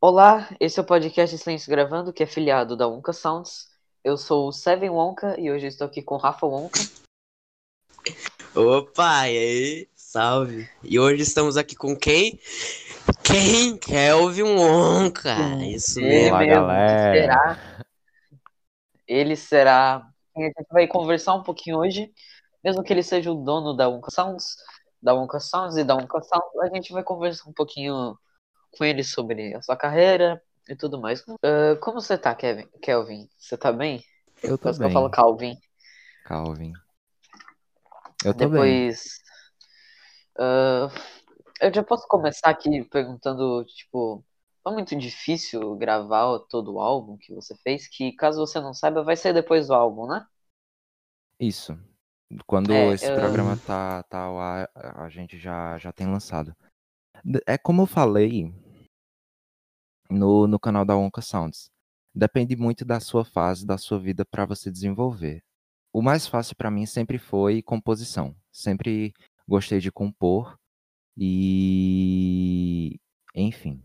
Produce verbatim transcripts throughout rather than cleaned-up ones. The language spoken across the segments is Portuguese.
Olá, esse é o podcast Silêncio Gravando, que é filiado da Wonka Sounds. Eu sou o Seven Wonka e hoje eu estou aqui com o Rafa Wonka. Opa, e aí? Salve! E hoje estamos aqui com quem? Quem? Kelvin Wonka! Isso Ele mesmo. Olá, mesmo, que galera. será? Ele será quem a gente vai conversar um pouquinho hoje, mesmo que ele seja o dono da Wonka Sounds, da Wonka Sounds e da Wonka Sounds, a gente vai conversar um pouquinho com ele sobre a sua carreira e tudo mais. Ah, como você tá, Kevin? Kelvin? Você tá bem? Eu tô Quase que eu falo bem, Calvin. Calvin. Eu tô bem. Depois. ah, eu já posso começar aqui perguntando, tipo, não é muito difícil gravar todo o álbum que você fez, que caso você não saiba, vai ser depois do álbum, né? Isso. Quando É, esse ah, programa tá, tá ao ar, a gente já, já tem lançado. D- É como eu falei no, no canal da Onca Sounds. Depende muito da sua fase, da sua vida para você desenvolver. O mais fácil para mim sempre foi composição. Sempre gostei de compor e, enfim.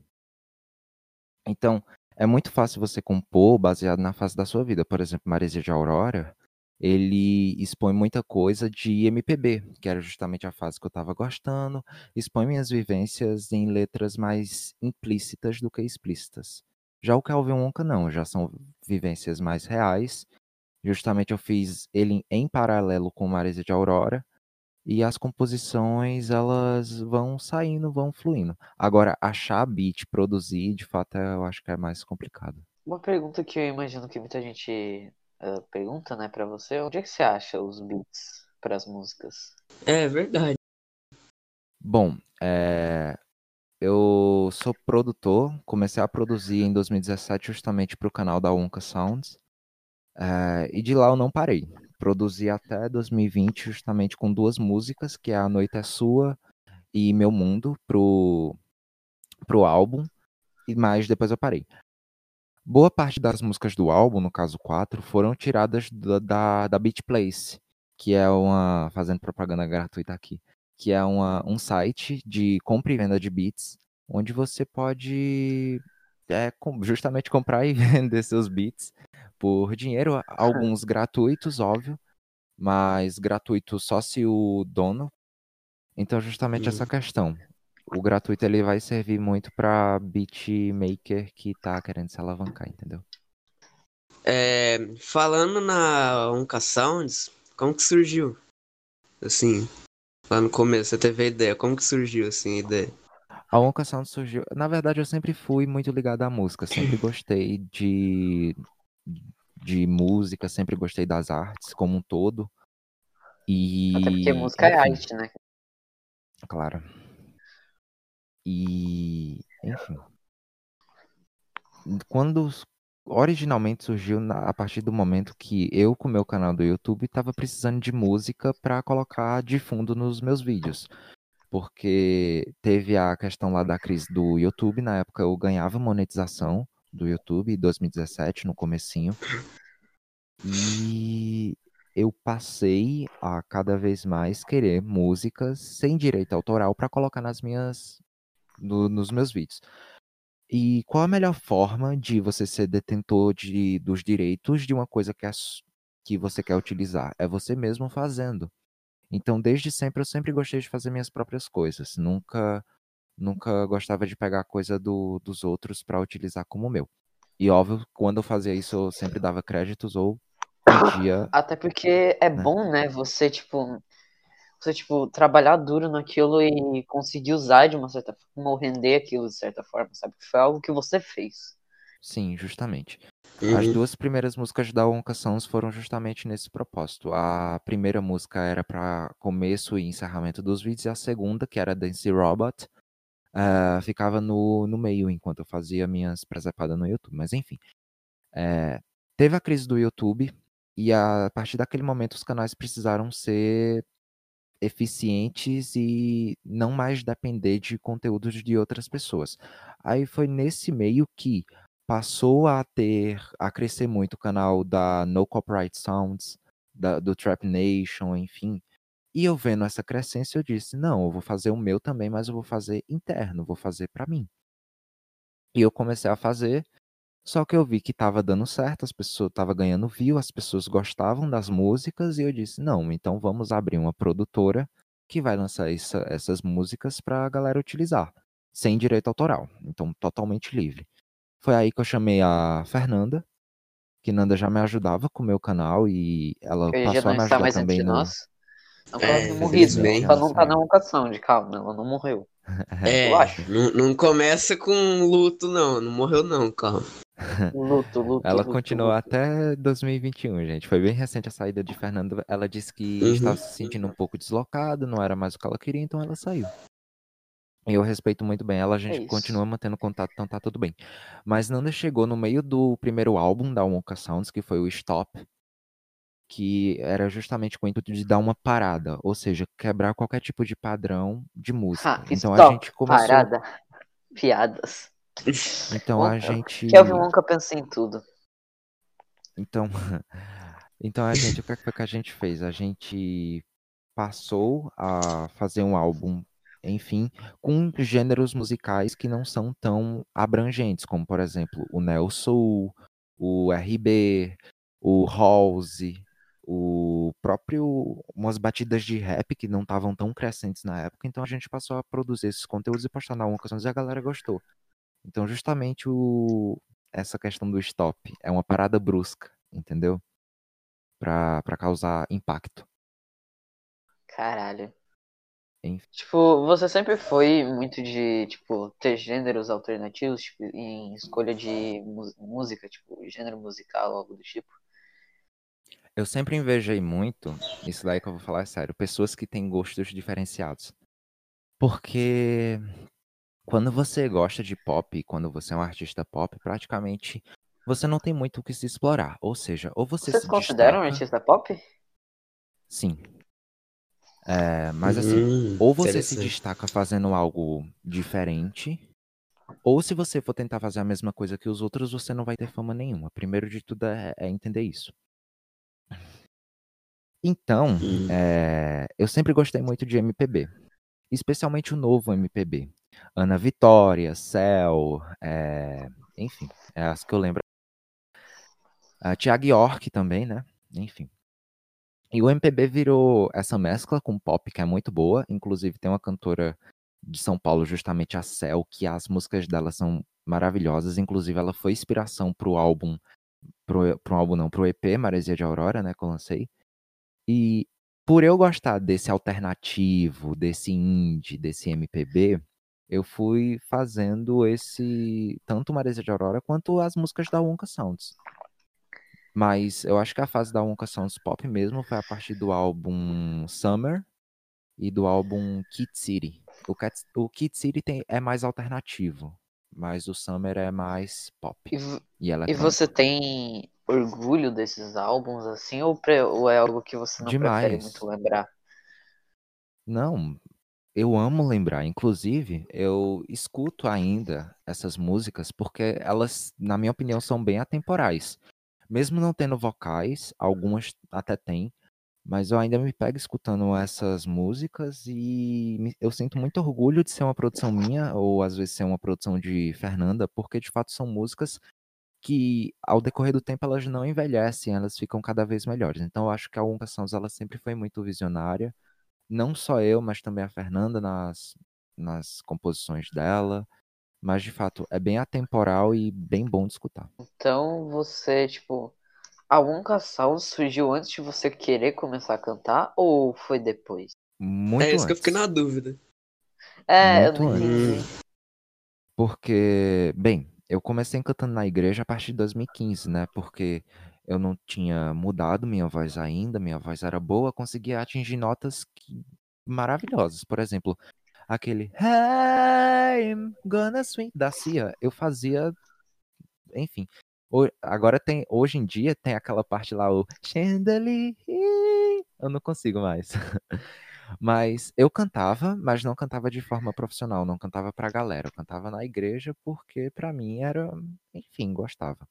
Então, é muito fácil você compor baseado na fase da sua vida. Por exemplo, Marisa de Aurora, ele expõe muita coisa de M P B, que era justamente a fase que eu estava gostando, expõe minhas vivências em letras mais implícitas do que explícitas. Já o Calvin Wonka não, já são vivências mais reais. Justamente eu fiz ele em paralelo com Marisa de Aurora, e as composições, elas vão saindo, vão fluindo. Agora, achar beat, produzir, de fato, eu acho que é mais complicado. uma pergunta que eu imagino que muita gente ah, pergunta, né, pra você, onde é que você acha os beats para as músicas? É verdade. Bom, é, eu sou produtor, comecei a produzir em dois mil e dezessete justamente para o canal da Onca Sounds, é, e de lá eu não parei. Produzi até dois mil e vinte justamente com duas músicas, que é A Noite é Sua e Meu Mundo, pro, pro álbum, e mais depois eu parei. Boa parte das músicas do álbum, no caso quatro, foram tiradas da, da, da Beatplace, que é uma, fazendo propaganda gratuita aqui, que é uma, um site de compra e venda de beats, onde você pode é, com- justamente comprar e vender seus beats por dinheiro, alguns gratuitos, óbvio, mas gratuito só se o dono. Então, justamente essa Hum. questão. O gratuito ele vai servir muito para beatmaker que tá querendo se alavancar, entendeu? É, falando na Onca Sounds, como que surgiu? Assim, lá no começo, você teve a ideia. Como que surgiu, assim, a ideia? A Wonka Sound surgiu. Na verdade, eu sempre fui muito ligado à música, sempre gostei de, de música, sempre gostei das artes como um todo. Até porque E, música é enfim, arte, né? claro. E, enfim, quando originalmente surgiu na- a partir do momento que eu, com o meu canal do YouTube, estava precisando de música para colocar de fundo nos meus vídeos. Porque teve a questão lá da crise do YouTube, na época eu ganhava monetização do YouTube, em dois mil e dezessete, no comecinho, e eu passei a cada vez mais querer músicas sem direito autoral para colocar nas minhas, no- nos meus vídeos. E qual a melhor forma de você ser detentor de, dos direitos de uma coisa que, é, s- que você quer utilizar? É você mesmo fazendo. Então, desde sempre, eu sempre gostei de fazer minhas próprias coisas. Nunca Nunca gostava de pegar coisa do, dos outros para utilizar como meu. E óbvio, quando eu fazia isso, eu sempre dava créditos ou pedia, Até porque é né? bom, né, você, tipo, você, tipo, trabalhar duro naquilo e conseguir usar de uma certa forma, ou render aquilo de certa forma, sabe? Foi algo que você fez. Sim, justamente. As Uhum. duas primeiras músicas da Wonka Sounds foram justamente nesse propósito. A primeira música era para começo e encerramento dos vídeos, e a segunda, que era Dance Robot, eh, ficava no, no meio enquanto eu fazia minhas presepadas no YouTube. Mas enfim, eh, teve a crise do YouTube, e a partir daquele momento os canais precisaram ser eficientes e não mais depender de conteúdos de outras pessoas. Aí foi nesse meio que passou a ter, a crescer muito o canal da No Copyright Sounds, da, do Trap Nation, enfim. E eu vendo essa crescência, eu disse, não, eu vou fazer o meu também, mas eu vou fazer interno, vou fazer pra mim. E eu comecei a fazer, só que eu vi que estava dando certo, as pessoas estavam ganhando view, as pessoas gostavam das músicas, e eu disse, não, então vamos abrir uma produtora que vai lançar essa- essas músicas para a galera utilizar, sem direito autoral, então totalmente livre. Foi aí que eu chamei a Fernanda, que Nanda já me ajudava com o meu canal e ela Que já passou a não me está ajudar mais também entre no. nós. Não que ela É, tenha morrido, ela Infelizmente só ela infelizmente. não tá na saiu. vocação de calma, ela não morreu. Eu É, acho. não, não começa com luto, não. Não morreu, não, calma. Luto, luto, Ela luto, continuou luto. até dois mil e vinte e um, gente. Foi bem recente a saída de Fernanda. Ela disse que estava Uhum. se sentindo um pouco deslocada, não era mais o que ela queria, então ela saiu. E eu respeito muito bem ela, a É gente isso. continua mantendo contato, então tá tudo bem. Mas Nanda chegou no meio do primeiro álbum da Wonka Sounds, que foi o Stop, que era justamente com o intuito de dar uma parada, ou seja, quebrar qualquer tipo de padrão de Ha, música. Então a stop, gente começou, parada, piadas. então a Wonka, Kelvin gente, Wonka pensa em tudo. então, então a gente, o que é que foi que a gente fez? A gente passou a fazer um álbum, enfim, com gêneros musicais que não são tão abrangentes, como por exemplo o neo soul, o R B, o house, o próprio umas batidas de rap que não estavam tão crescentes na época, então a gente passou a produzir esses conteúdos e postar na One e a galera gostou. Então justamente o essa questão do stop é uma parada brusca, entendeu? Pra, pra causar impacto. Caralho. Enfim. Tipo, você sempre foi muito de, tipo, ter gêneros alternativos, tipo, em escolha de mu- música, tipo, gênero musical, algo do tipo. Eu sempre invejei muito, isso daí que eu vou falar é sério, pessoas que têm gostos diferenciados. Porque quando você gosta de pop, quando você é um artista pop, praticamente você não tem muito o que se explorar. Ou seja, ou você Vocês se consideram um destaca, artista pop? sim. É, mas assim, Hum, ou você se interessante. destaca fazendo algo diferente, ou se você for tentar fazer a mesma coisa que os outros, você não vai ter fama nenhuma. Primeiro de tudo é, é entender isso. Então, Hum. é, eu sempre gostei muito de M P B. Especialmente o novo M P B. Ana Vitória, Céu, é, enfim, é as que eu lembro. A Thiago York também, né? Enfim. E o M P B virou essa mescla com pop que é muito boa. Inclusive tem uma cantora de São Paulo, justamente a Céu, que as músicas dela são maravilhosas. Inclusive ela foi inspiração pro álbum, pro, pro álbum não, pro E P Maresia de Aurora, né, que eu lancei. E por eu gostar desse alternativo, desse indie, desse M P B, eu fui fazendo esse, tanto Marisa de Aurora quanto as músicas da Wonka Sounds. Mas eu acho que a fase da Wonka Sounds Pop mesmo foi a partir do álbum Summer e do álbum Kid City. O, Cat, o Kid City tem, é mais alternativo, mas o Summer é mais pop E, v- e e você eletrônico. tem orgulho desses álbuns, assim, ou, pre- ou é algo que você não prefere muito Demais. lembrar? Não, eu amo lembrar. Inclusive, eu escuto ainda essas músicas porque elas, na minha opinião, são bem atemporais. Mesmo não tendo vocais, algumas até têm, mas eu ainda me pego escutando essas músicas e me- eu sinto muito orgulho de ser uma produção minha, ou às vezes ser uma produção de Fernanda, porque de fato são músicas que, ao decorrer do tempo, elas não envelhecem, elas ficam cada vez melhores. Então, eu acho que a Wonka Sounds, ela sempre foi muito visionária, não só eu, mas também a Fernanda nas, nas composições dela. Mas de fato é bem atemporal e bem bom de escutar. Então você, tipo, a Wonka Sound surgiu antes de você querer começar a cantar ou foi depois? É Muito isso que eu fiquei na antes. dúvida. É, eu não Muito Hum, entendi. antes. Porque, bem, eu comecei cantando na igreja a partir de dois mil e quinze, né? Porque eu não tinha mudado minha voz ainda, minha voz era boa, conseguia atingir notas que- maravilhosas. Por exemplo, aquele Hey, I'm gonna swing da Cia, eu fazia, enfim. Ho- Agora tem, hoje em dia tem aquela parte lá, o Chandelier, eu não consigo mais. Mas eu cantava, mas não cantava de forma profissional, não cantava pra galera, eu cantava na igreja porque pra mim era, enfim, gostava.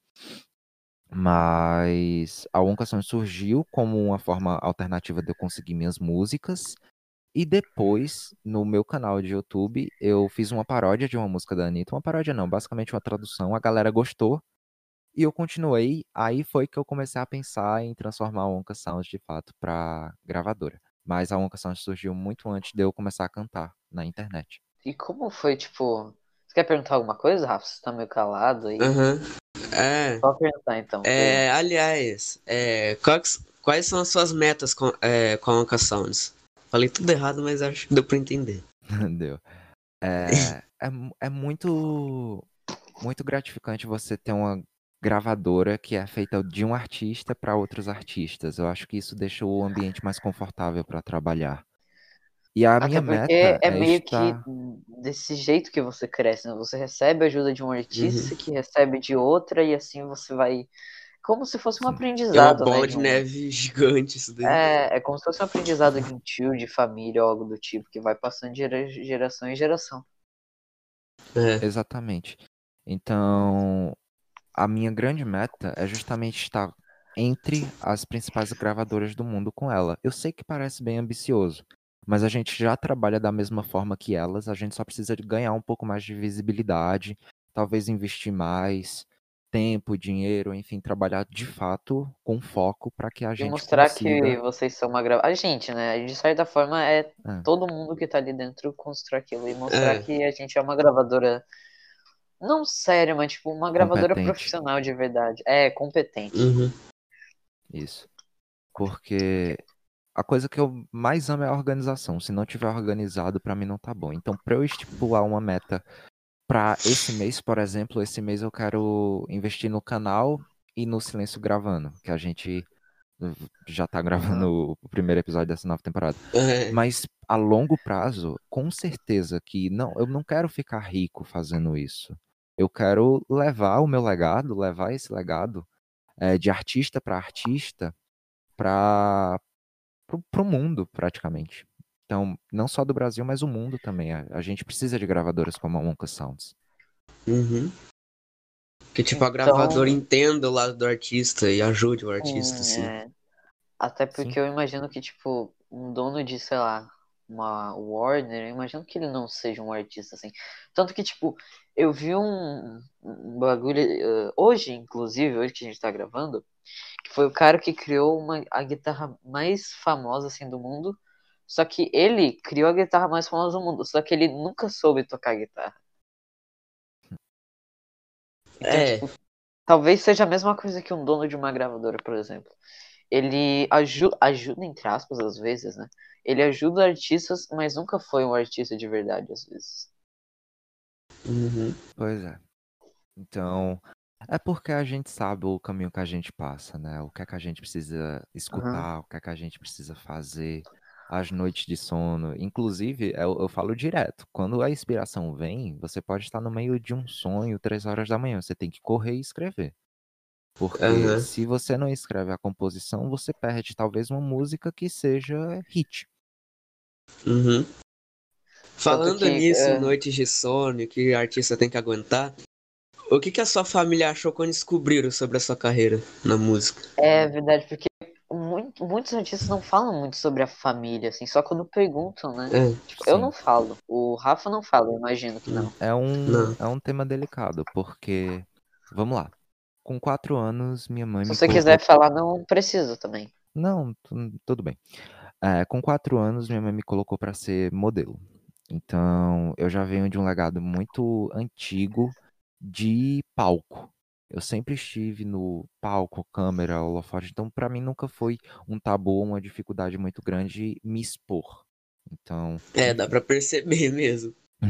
Mas a One Canção surgiu como uma forma alternativa de eu conseguir minhas músicas E depois, no meu canal de YouTube, eu fiz uma paródia de uma música da Anitta. Uma paródia não, basicamente uma tradução. A galera gostou e eu continuei. Aí foi que eu comecei a pensar em transformar a Wonka Sounds de fato pra gravadora. Mas a Wonka Sounds surgiu muito antes de eu começar a cantar na internet. E como foi, tipo. Você quer perguntar alguma coisa, Rafa? Você tá meio calado aí. Aham. É, Pode perguntar então, é, pergunta. aliás, é, quais, quais são as suas metas com, é, com a Anka Sounds? Falei tudo errado, mas acho que deu pra entender. Entendeu? É, é, mu- é muito, muito gratificante você ter uma gravadora que é feita de um artista para outros artistas. Eu acho que isso deixa o ambiente mais confortável para trabalhar. E a Até minha porque meta é é meio que estar. desse jeito que você cresce, né? Você recebe a ajuda de um Uhum. artista que recebe de outra e assim você vai. Como se fosse um Sim, É uma aprendizado, né? bola De de um. neve gigante isso daí. É, é como se fosse um aprendizado de um tio, de família ou algo do tipo, que vai passando de gera- geração em geração. É. exatamente. Então, a minha grande meta é justamente estar entre as principais gravadoras do mundo com ela. Eu sei que parece bem ambicioso, mas a gente já trabalha da mesma forma que elas, a gente só precisa de ganhar um pouco mais de visibilidade, talvez investir mais tempo, dinheiro, enfim, trabalhar de fato com foco para que a E gente mostrar que consiga. vocês são uma grava... A gente, né? A gente, de certa forma, é É, todo mundo que tá ali dentro construir aquilo. E mostrar É. que a gente é uma gravadora, não séria, mas tipo, uma gravadora competente, profissional de verdade. É, competente. Uhum. isso. Porque a coisa que eu mais amo é a organização. Se não tiver organizado, para mim não tá bom. Então, para eu estipular uma meta para esse mês, por exemplo, esse mês eu quero investir no canal e no Silêncio Gravando, que a gente já tá Aham. gravando o primeiro episódio dessa nova temporada. É. Mas a longo prazo, com certeza que não, eu não quero ficar rico fazendo isso. Eu quero levar o meu legado, levar esse legado eh, de artista para artista para o mundo, praticamente. Então, não só do Brasil, mas o mundo também. A, a gente precisa de gravadoras como a Wonka Sounds. Uhum. Que tipo a gravadora Então, entenda o lado do artista e ajude o artista, hum, assim. é, até Sim. porque eu imagino que, tipo, um dono de, sei lá, uma Warner, eu imagino que ele não seja um artista, assim. Tanto que, tipo, eu vi um, um bagulho, eh, hoje, inclusive, hoje que a gente tá gravando, que foi o cara que criou uma, a guitarra mais famosa, assim, do mundo. Só que ele criou a guitarra mais famosa do mundo, só que ele nunca soube tocar guitarra. Então, É. tipo, talvez seja a mesma coisa que um dono de uma gravadora, por exemplo. Ele ajuda, ajuda entre aspas, às vezes, né? Ele ajuda artistas, mas nunca foi um artista de verdade, às vezes. Uhum. Pois é. Então, é porque a gente sabe o caminho que a gente passa, né? O que é que a gente precisa Aham. escutar, o que é que a gente precisa fazer, as noites de sono. Inclusive, eu, eu falo direto, quando a inspiração vem, você pode estar no meio de um sonho, três horas da manhã, você tem que correr e escrever. Porque Aham. se você não escreve a composição, você perde talvez uma música que seja hit. Uhum. Tanto Falando que, nisso, em é, noites de sono que o artista tem que aguentar, o que que a sua família achou quando descobriram sobre a sua carreira na música? é verdade, porque muito- muitos artistas não falam muito sobre a família, assim, só quando perguntam, né? É. Tipo, eu não Sim. falo, o Rafa não fala, eu imagino que Hum. não. É um, Não. é um tema delicado, porque, vamos lá, com quatro anos, minha mãe Se me você quiser colocou. falar, não precisa também. Não, tu- tudo bem. É, com quatro anos, minha mãe me colocou para ser modelo. Então, eu já venho de um legado muito antigo de palco. Eu sempre estive no palco, câmera, holofote. Então, para mim, nunca foi um tabu ou uma dificuldade muito grande me expor. Então, É, dá enfim. pra perceber mesmo.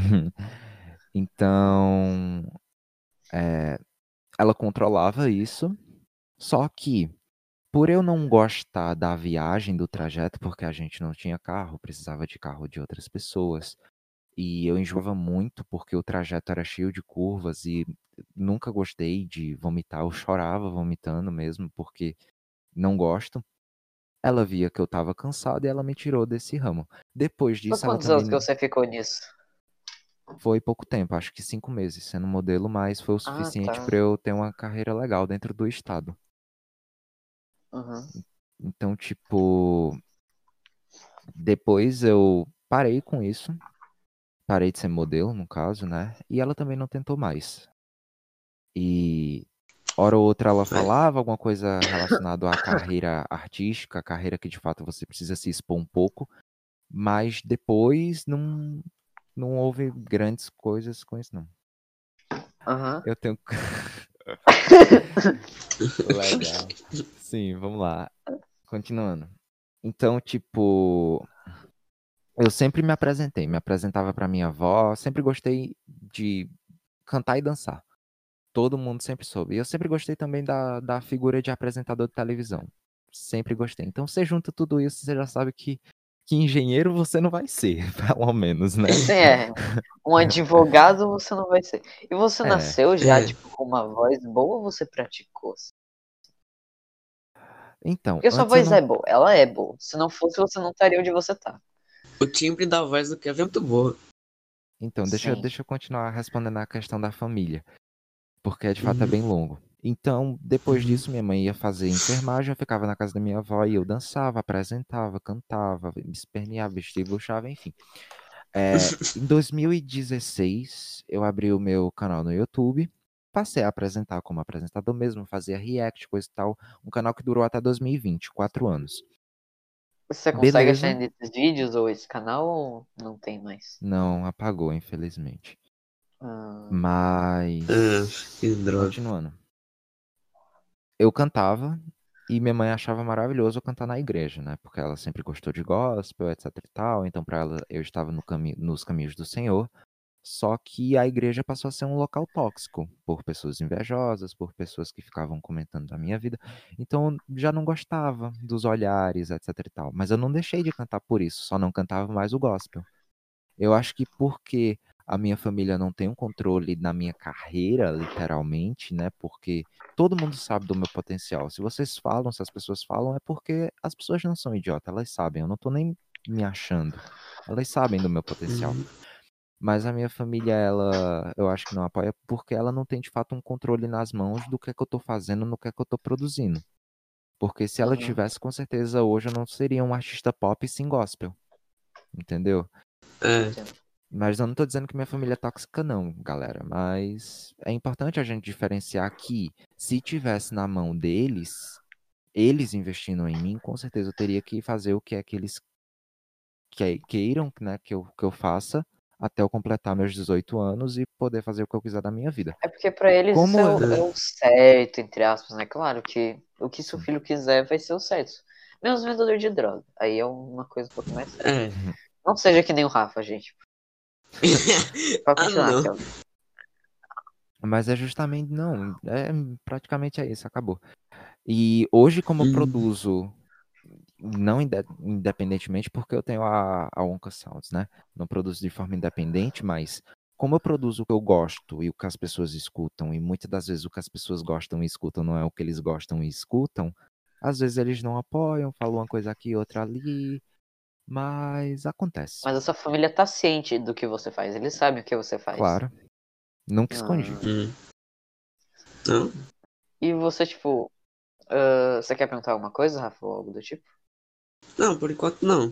Então, é, ela controlava isso. Só que, por eu não gostar da viagem, do trajeto, porque a gente não tinha carro, precisava de carro de outras pessoas, e eu enjoava muito porque o trajeto era cheio de curvas e nunca gostei de vomitar, eu chorava vomitando mesmo, porque não gosto. Ela via que eu estava cansado e ela me tirou desse ramo. Depois Por disso, ela quantos também anos que não. você ficou nisso? Foi pouco tempo, acho que cinco meses sendo modelo, mas foi o Ah, suficiente tá. para eu ter uma carreira legal dentro do estado. Uhum. Então, tipo, depois eu parei com isso. Parei de ser modelo, no caso, né? E ela também não tentou mais. E hora ou outra ela falava alguma coisa relacionada à carreira artística, a carreira que de fato você precisa se expor um pouco, mas depois não, não houve grandes coisas com isso, não. Aham. Eu tenho. Legal. Sim, vamos lá. Continuando. Então, tipo, eu sempre me apresentei, me apresentava pra minha avó, sempre gostei de cantar e dançar. Todo mundo sempre soube. E eu sempre gostei também da, da figura de apresentador de televisão. Sempre gostei. Então você junta tudo isso, você já sabe que, que engenheiro você não vai ser, pelo menos, né? Sim, é. Um advogado você não vai ser. E você É. nasceu já, É. tipo, com uma voz boa ou você praticou? Então, Porque sua antes eu voz é não. boa, ela é boa. Se não fosse, você não estaria onde você tá. O timbre da voz do Kevin é muito boa. Então, deixa, eu- Sim. deixa eu continuar respondendo a questão da família, porque de fato é Uhum. bem longo. Então, depois Uhum. disso, minha mãe ia fazer enfermagem, eu ficava na casa da minha avó e eu dançava, apresentava, cantava, me esperneava, vestia e buchava, enfim. É, em dois mil e dezesseis, eu abri o meu canal no YouTube, passei a apresentar como apresentador mesmo, fazia react, coisa e tal, um canal que durou até dois mil e vinte, quatro anos. Você consegue achar Beleza, ainda esses vídeos ou esse canal ou não tem mais? não apagou, infelizmente. Ah, Ah, Mas, que droga. continuando. Eu cantava e minha mãe achava maravilhoso eu cantar na igreja, né? Porque ela sempre gostou de gospel, etc e tal. Então, para ela, eu estava no cami nos caminhos do Senhor. Só que a igreja passou a ser um local tóxico, por pessoas invejosas, por pessoas que ficavam comentando da minha vida. Então, eu já não gostava dos olhares, etc e tal. Mas eu não deixei de cantar por isso, só não cantava mais o gospel. Eu acho que porque a minha família não tem um controle na minha carreira, literalmente, né? Porque todo mundo sabe do meu potencial. Se vocês falam, se as pessoas falam, é porque as pessoas não são idiotas, elas sabem. Eu não tô nem me achando. Elas sabem do meu potencial. Uhum. Mas a minha família, ela, eu acho que não apoia porque ela não tem de fato um controle nas mãos do que é que eu tô fazendo, no que é que eu tô produzindo. Porque se ela uhum. tivesse, com certeza hoje eu não seria um artista pop sim gospel, entendeu? É. Entendo. Mas eu não tô dizendo que minha família é tóxica, não, galera. Mas é importante a gente diferenciar que, se tivesse na mão deles, eles investindo em mim, com certeza eu teria que fazer o que é que eles que- queiram, né, que eu, que eu faça até eu completar meus dezoito anos e poder fazer o que eu quiser da minha vida. É porque pra eles isso é Como. o, é o certo, entre aspas, né? Claro que o que seu Sim. filho quiser vai ser o certo. Menos vendedor de droga. Aí é uma coisa um pouco mais séria. É. Não seja que nem o Rafa, gente. Pode Ah, continuar, não. Kelvin. Mas é justamente, não, é praticamente é isso, acabou. E hoje, como eu Hum. produzo, não inde- independentemente, porque eu tenho a, a Onca Sounds, né? Não produzo de forma independente, mas como eu produzo o que eu gosto e o que as pessoas escutam, e muitas das vezes o que as pessoas gostam e escutam não é o que eles gostam e escutam, às vezes eles não apoiam, falam uma coisa aqui, outra ali, mas acontece, Mas a sua família tá ciente do que você faz. Eles sabem o que você faz. claro. Nunca escondi. Ah, Hum. Não? e você, tipo, ah, você quer perguntar alguma coisa, Rafa, ou algo do tipo? Não, por enquanto não.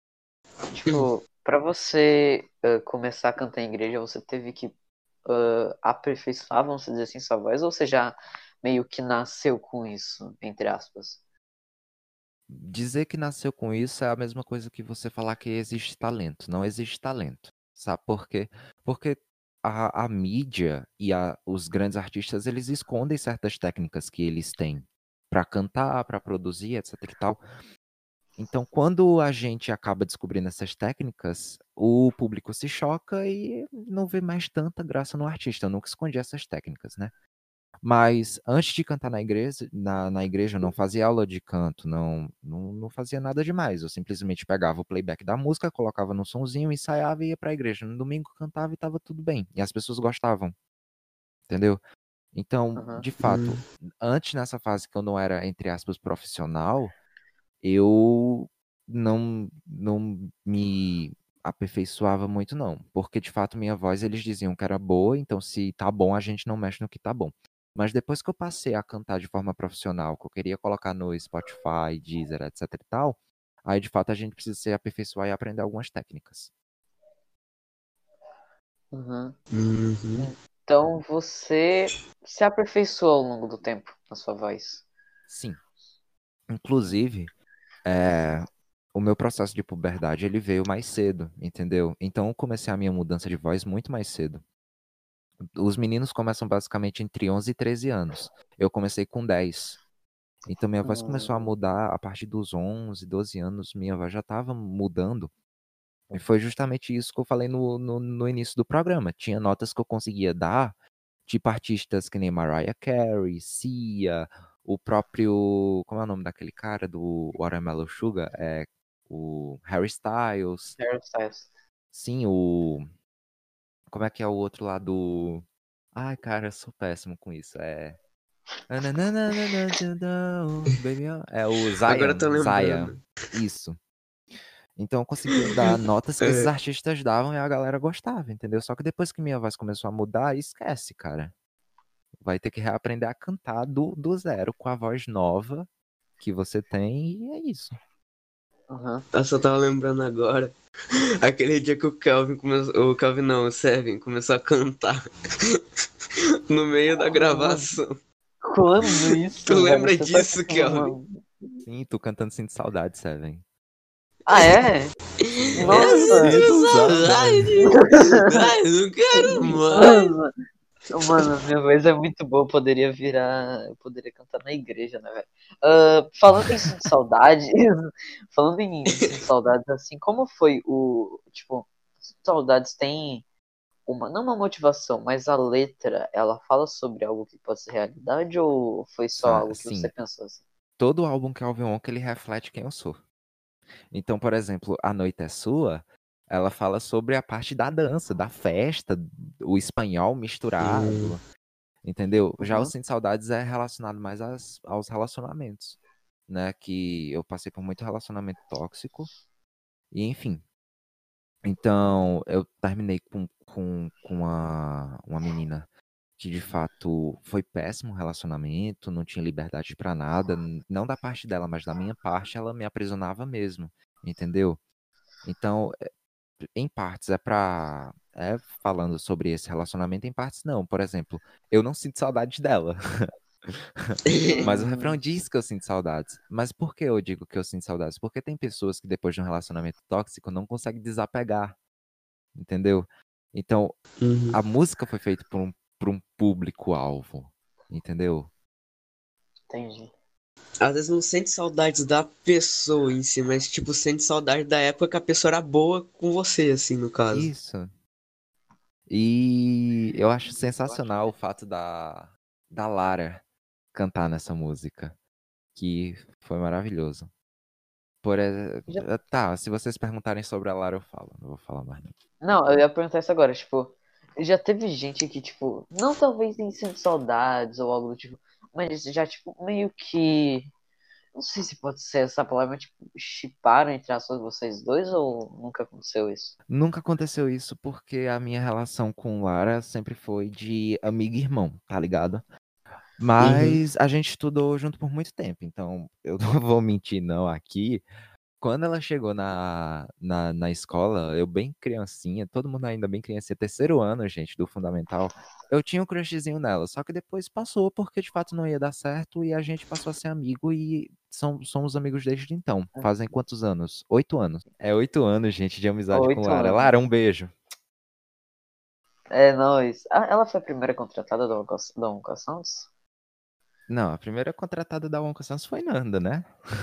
Tipo, pra você ah, começar a cantar em igreja, você teve que ah, aperfeiçoar, vamos dizer assim, sua voz, ou você já meio que nasceu com isso, entre aspas? Dizer que nasceu com isso é a mesma coisa que você falar que existe talento. Não existe talento. Sabe por quê? Porque a, a mídia e a- os grandes artistas, eles escondem certas técnicas que eles têm para cantar, para produzir, etc e tal. Então, quando a gente acaba descobrindo essas técnicas, o público se choca e não vê mais tanta graça no artista. Eu nunca escondi essas técnicas, né? Mas antes de cantar na igreja, na, na igreja eu não fazia aula de canto, não, não, não fazia nada demais. Eu simplesmente pegava o playback da música, colocava no sonzinho, ensaiava e ia pra igreja. No domingo cantava e tava tudo bem. E as pessoas gostavam, entendeu? Então, Aham. de Hum. fato, antes nessa fase que eu não era, entre aspas, profissional, eu não, não me aperfeiçoava muito, não. Porque, de fato, minha voz, eles diziam que era boa, então se tá bom, a gente não mexe no que tá bom. Mas depois que eu passei a cantar de forma profissional, que eu queria colocar no Spotify, Deezer, etc e tal, Aí, de fato, a gente precisa se aperfeiçoar e aprender algumas técnicas. Uhum. Uhum. Então você se aperfeiçoou ao longo do tempo na sua voz. Sim. Inclusive, é, o meu processo de puberdade, ele veio mais cedo, entendeu? Então, eu comecei a minha mudança de voz muito mais cedo. Os meninos começam basicamente entre onze e treze anos. Eu comecei com dez. Então, minha voz começou a Hum, mudar a partir dos onze, doze anos. Minha voz já estava mudando. E foi justamente isso que eu falei no, no, no início do programa. Tinha notas que eu conseguia dar, tipo artistas que nem Mariah Carey, Sia, o próprio. Como é o nome daquele cara do Watermelon Sugar? É o Harry Styles. hairstyles. Sim, o. Como é que é o outro lá do. Ai, cara, eu sou péssimo com isso. É. Baby, é o Agora eu Zion, tô Zion. lembrando. Isso. Então eu conseguia dar notas que esses É, artistas davam e a galera gostava, entendeu? Só que depois que minha voz começou a mudar, esquece, cara. Vai ter que reaprender a cantar do, do zero com a voz nova que você tem e é isso. Uhum. eu só tava lembrando agora. Aquele dia que o Kelvin começou. O Kelvin não, o Sevin começou a cantar no meio da Quando, gravação. quando Tu isso, velho? lembra Você tá disso, cantando Kelvin? uma... Sim, tô cantando Sinto Saudade, Seven. Ah, é? Eu Nossa! Sinto sinto saudade. saudade. Ai, não quero mais. Mano, mano, minha voz é muito boa, eu poderia virar. Eu poderia cantar na igreja, né, velho? Ah, falando em Sinto Saudade, falando em Sinto Saudades, assim, como foi o. Tipo, Sinto Saudades tem uma. Não uma motivação, mas a letra, ela fala sobre algo que pode ser realidade ou foi só Sa- algo que você Sim, pensou assim? todo álbum que Alvin Wonka ele reflete quem eu sou. Então, por exemplo, A Noite é Sua, ela fala sobre a parte da dança, da festa, o espanhol Hum, misturado, entendeu? Já o Uhum. Sinto Saudades é relacionado mais às- aos relacionamentos, né? Que eu passei por muito relacionamento tóxico, e enfim. Então, eu terminei com, com, com uma, uma menina que de fato foi péssimo o relacionamento, não tinha liberdade pra nada, n- não da parte dela, mas da minha parte, ela me aprisionava mesmo, entendeu? Então, é- em partes é pra. É falando sobre esse relacionamento, em partes não. Por exemplo, eu não sinto saudade dela, mas o refrão Hum, diz que eu sinto saudades. Mas por que eu digo que eu sinto saudades? Porque tem pessoas que depois de um relacionamento tóxico não conseguem desapegar, entendeu? Então, uhum. a música foi feita por um, por um público-alvo, entendeu? entendi. Às vezes não sente saudades da pessoa em si, mas tipo, sente saudade da época que a pessoa era boa com você, assim, no caso. Isso. E eu acho sensacional o fato da, da Lara cantar nessa música, que foi maravilhoso. Por, e- Já- tá, se vocês perguntarem sobre a Lara, eu falo. Não vou falar mais não. Não, eu ia perguntar isso agora, tipo, já teve gente que, tipo, não talvez nem sendo saudades ou algo do tipo, mas já, tipo, meio que. Não sei se pode ser essa palavra, mas, tipo, shipparam entre aspas vocês dois ou nunca aconteceu isso? Nunca aconteceu isso porque a minha relação com Lara sempre foi de amigo e irmão, tá ligado? Uhum. Mas a gente estudou junto por muito tempo, então eu não vou mentir não aqui. Quando ela chegou na, na, na escola, eu bem criancinha, todo mundo ainda bem criancinha, terceiro ano, gente, do fundamental, eu tinha um crushzinho nela, só que depois passou porque de fato não ia dar certo e a gente passou a ser amigo e são, somos amigos desde então. Fazem quantos anos? Oito anos. É oito anos, gente, de amizade com Oito Lara. anos. Lara, um beijo. É, nóis. Ah, ela foi a primeira contratada da Onca da Onca Sounds? Não, a primeira contratada da Wonka Santos foi Nanda, né?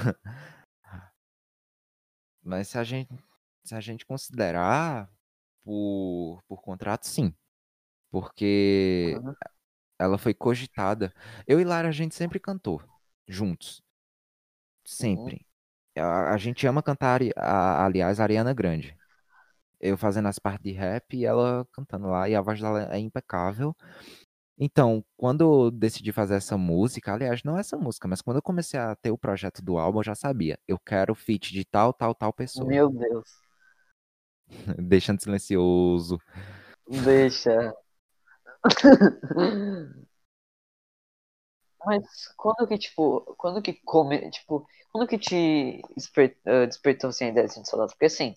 Mas se a gente, se a gente considerar por, por contrato, sim. Porque Uhum. ela foi cogitada. Eu e Lara, a gente sempre cantou juntos. Uhum. Sempre. A, a gente ama cantar, Ari- a- aliás, a Ariana Grande. Eu fazendo as partes de rap e ela cantando lá. E a voz dela é impecável. Então, quando eu decidi fazer essa música, aliás, não essa música, mas quando eu comecei a ter o projeto do álbum, eu já sabia. Eu quero feat de tal, tal, tal pessoa. Meu Deus. Deixando silencioso. Deixa. Mas quando que, tipo, quando que come, tipo, quando que te desper- eh, despertou assim, a ideia assim, de saudade? Porque assim,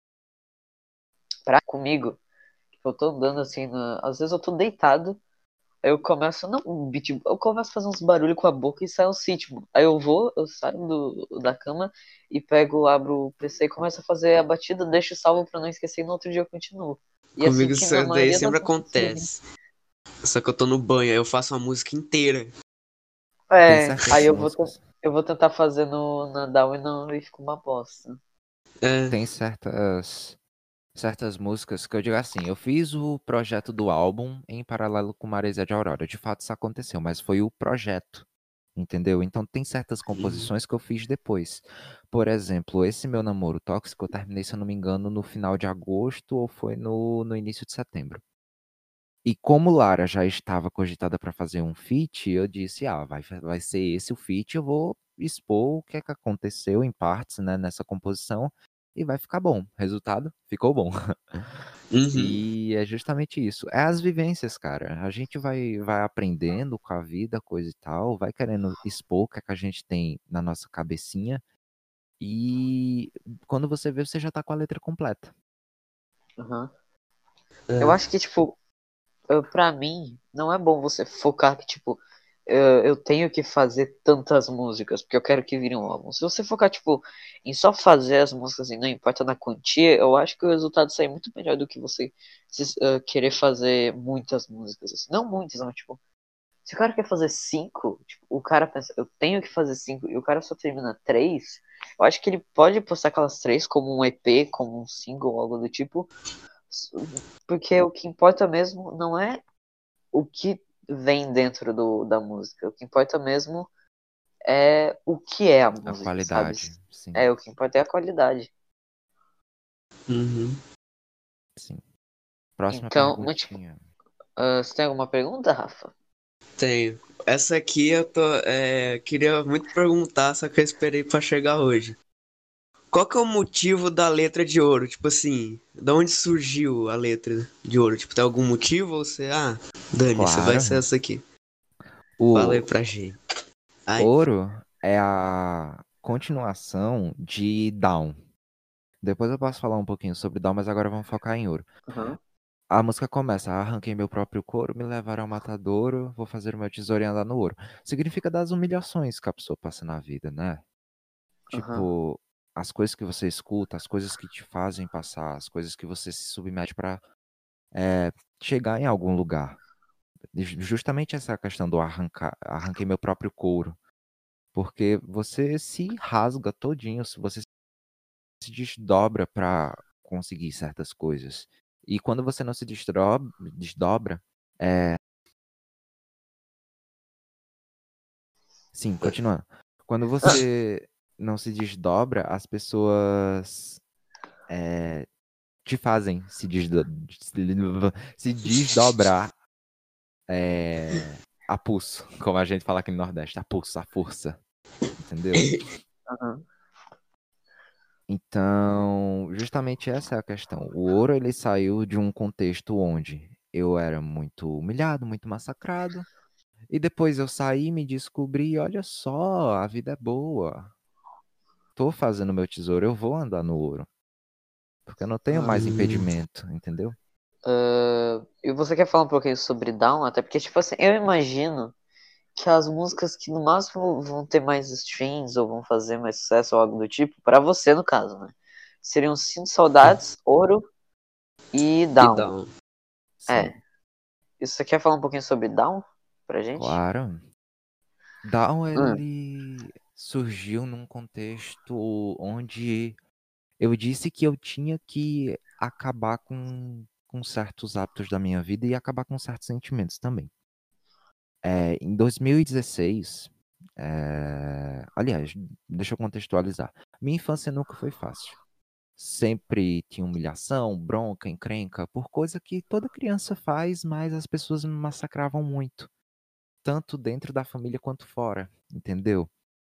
pra comigo, eu tô andando assim, na- às vezes eu tô deitado, aí eu começo, não, um beat, eu começo a fazer uns barulhos com a boca e sai um ritmo. Aí eu vou, eu saio do, da cama e pego, abro o P C e começo a fazer a batida, deixo salvo pra não esquecer e no outro dia eu continuo. E assim Comigo que isso na daí maioria das sempre vezes. acontece. Só que eu tô no banho, aí eu faço uma música inteira. Tem É, certas aí eu vou, ten- músicas. eu vou tentar fazer no, na Down e não e fica uma bosta. É. Tem certas certas músicas que eu digo assim, eu fiz o projeto do álbum em paralelo com Marisa de Aurora. De fato, isso aconteceu, mas foi o projeto, entendeu? Então tem certas Uhum. composições que eu fiz depois. Por exemplo, esse meu namoro tóxico eu terminei, se eu não me engano, no final de agosto ou foi no, no início de setembro. E como Lara já estava cogitada para fazer um feat, eu disse, ah, vai, vai ser esse o feat, eu vou expor o que é que aconteceu em partes, né, nessa composição e vai ficar bom. Resultado, ficou bom. Uhum. E é justamente isso. É as vivências, cara. A gente vai, vai aprendendo com a vida, coisa e tal, vai querendo expor o que é que a gente tem na nossa cabecinha. E quando você vê, você já tá com a letra completa. Uhum. Eu É. acho que, tipo, eh, pra mim, não é bom você focar que, tipo, eh, eu tenho que fazer tantas músicas, porque eu quero que vire um álbum. Se você focar, tipo, em só fazer as músicas e não importa na quantia, eu acho que o resultado sai muito melhor do que você se- eh, querer fazer muitas músicas. Assim. Não muitas, não, tipo, se o cara quer fazer cinco, tipo, o cara pensa, eu tenho que fazer cinco, e o cara só termina três, eu acho que ele pode postar aquelas três como um E P, como um single, algo do tipo, porque o que importa mesmo não é o que vem dentro do, da música. O que importa mesmo é o que é a A música, sabe? qualidade, sim, É, o que importa é a qualidade. Uhum. sim. Próxima Então, mas, tipo, perguntinha. ah, você tem alguma pergunta, Rafa? Tenho. Essa aqui eu tô, é, queria muito perguntar, só que eu esperei pra chegar hoje. Qual que é o motivo da letra de ouro? Tipo assim, da onde surgiu a letra de ouro? Tipo, tem algum motivo ou você, ah, dane-se, vai ser Claro, essa aqui. Fala aí o pra gente. Ai. Ouro é a continuação de Down. Depois eu posso falar um pouquinho sobre Down, mas agora vamos focar em Ouro. Aham, A música começa, arranquei meu próprio couro, me levaram ao matadouro, vou fazer o meu tesouro e andar no ouro. Significa das humilhações que a pessoa passa na vida, né? aham, Tipo, as coisas que você escuta, as coisas que te fazem passar, as coisas que você se submete pra é, chegar em algum lugar. E ju- Justamente essa questão do arrancar, arranquei meu próprio couro. Porque você se rasga todinho, se você se desdobra pra conseguir certas coisas. E quando você não se desdobra, desdobra, é, sim, continuando. Quando você não se desdobra, as pessoas é, te fazem se, desdo se desdobrar é, a pulso, como a gente fala aqui no Nordeste, a pulso, a força, entendeu? aham. Então, justamente essa é a questão. O ouro ele saiu de um contexto onde eu era muito humilhado, muito massacrado, e depois eu saí, me descobri, e olha só, a vida é boa. Tô fazendo meu tesouro, eu vou andar no ouro, porque eu não tenho mais Hum, impedimento, entendeu? Ah, e você quer falar um pouquinho sobre Down? Até porque, tipo assim, eu imagino que as músicas que no máximo vão ter mais streams ou vão fazer mais sucesso ou algo do tipo, pra você no caso, né? Seriam Cinco Saudades, Ouro e e Down. dá um. Sim, É. E você quer falar um pouquinho sobre Down pra gente? claro. Down Hum, ele surgiu num contexto onde eu disse que eu tinha que acabar com, com certos hábitos da minha vida e acabar com certos sentimentos também. É, em dois mil e dezesseis, é, aliás, deixa eu contextualizar. Minha infância nunca foi fácil. Sempre tinha humilhação, bronca, encrenca, por coisa que toda criança faz, mas as pessoas me massacravam muito, tanto dentro da família quanto fora, entendeu?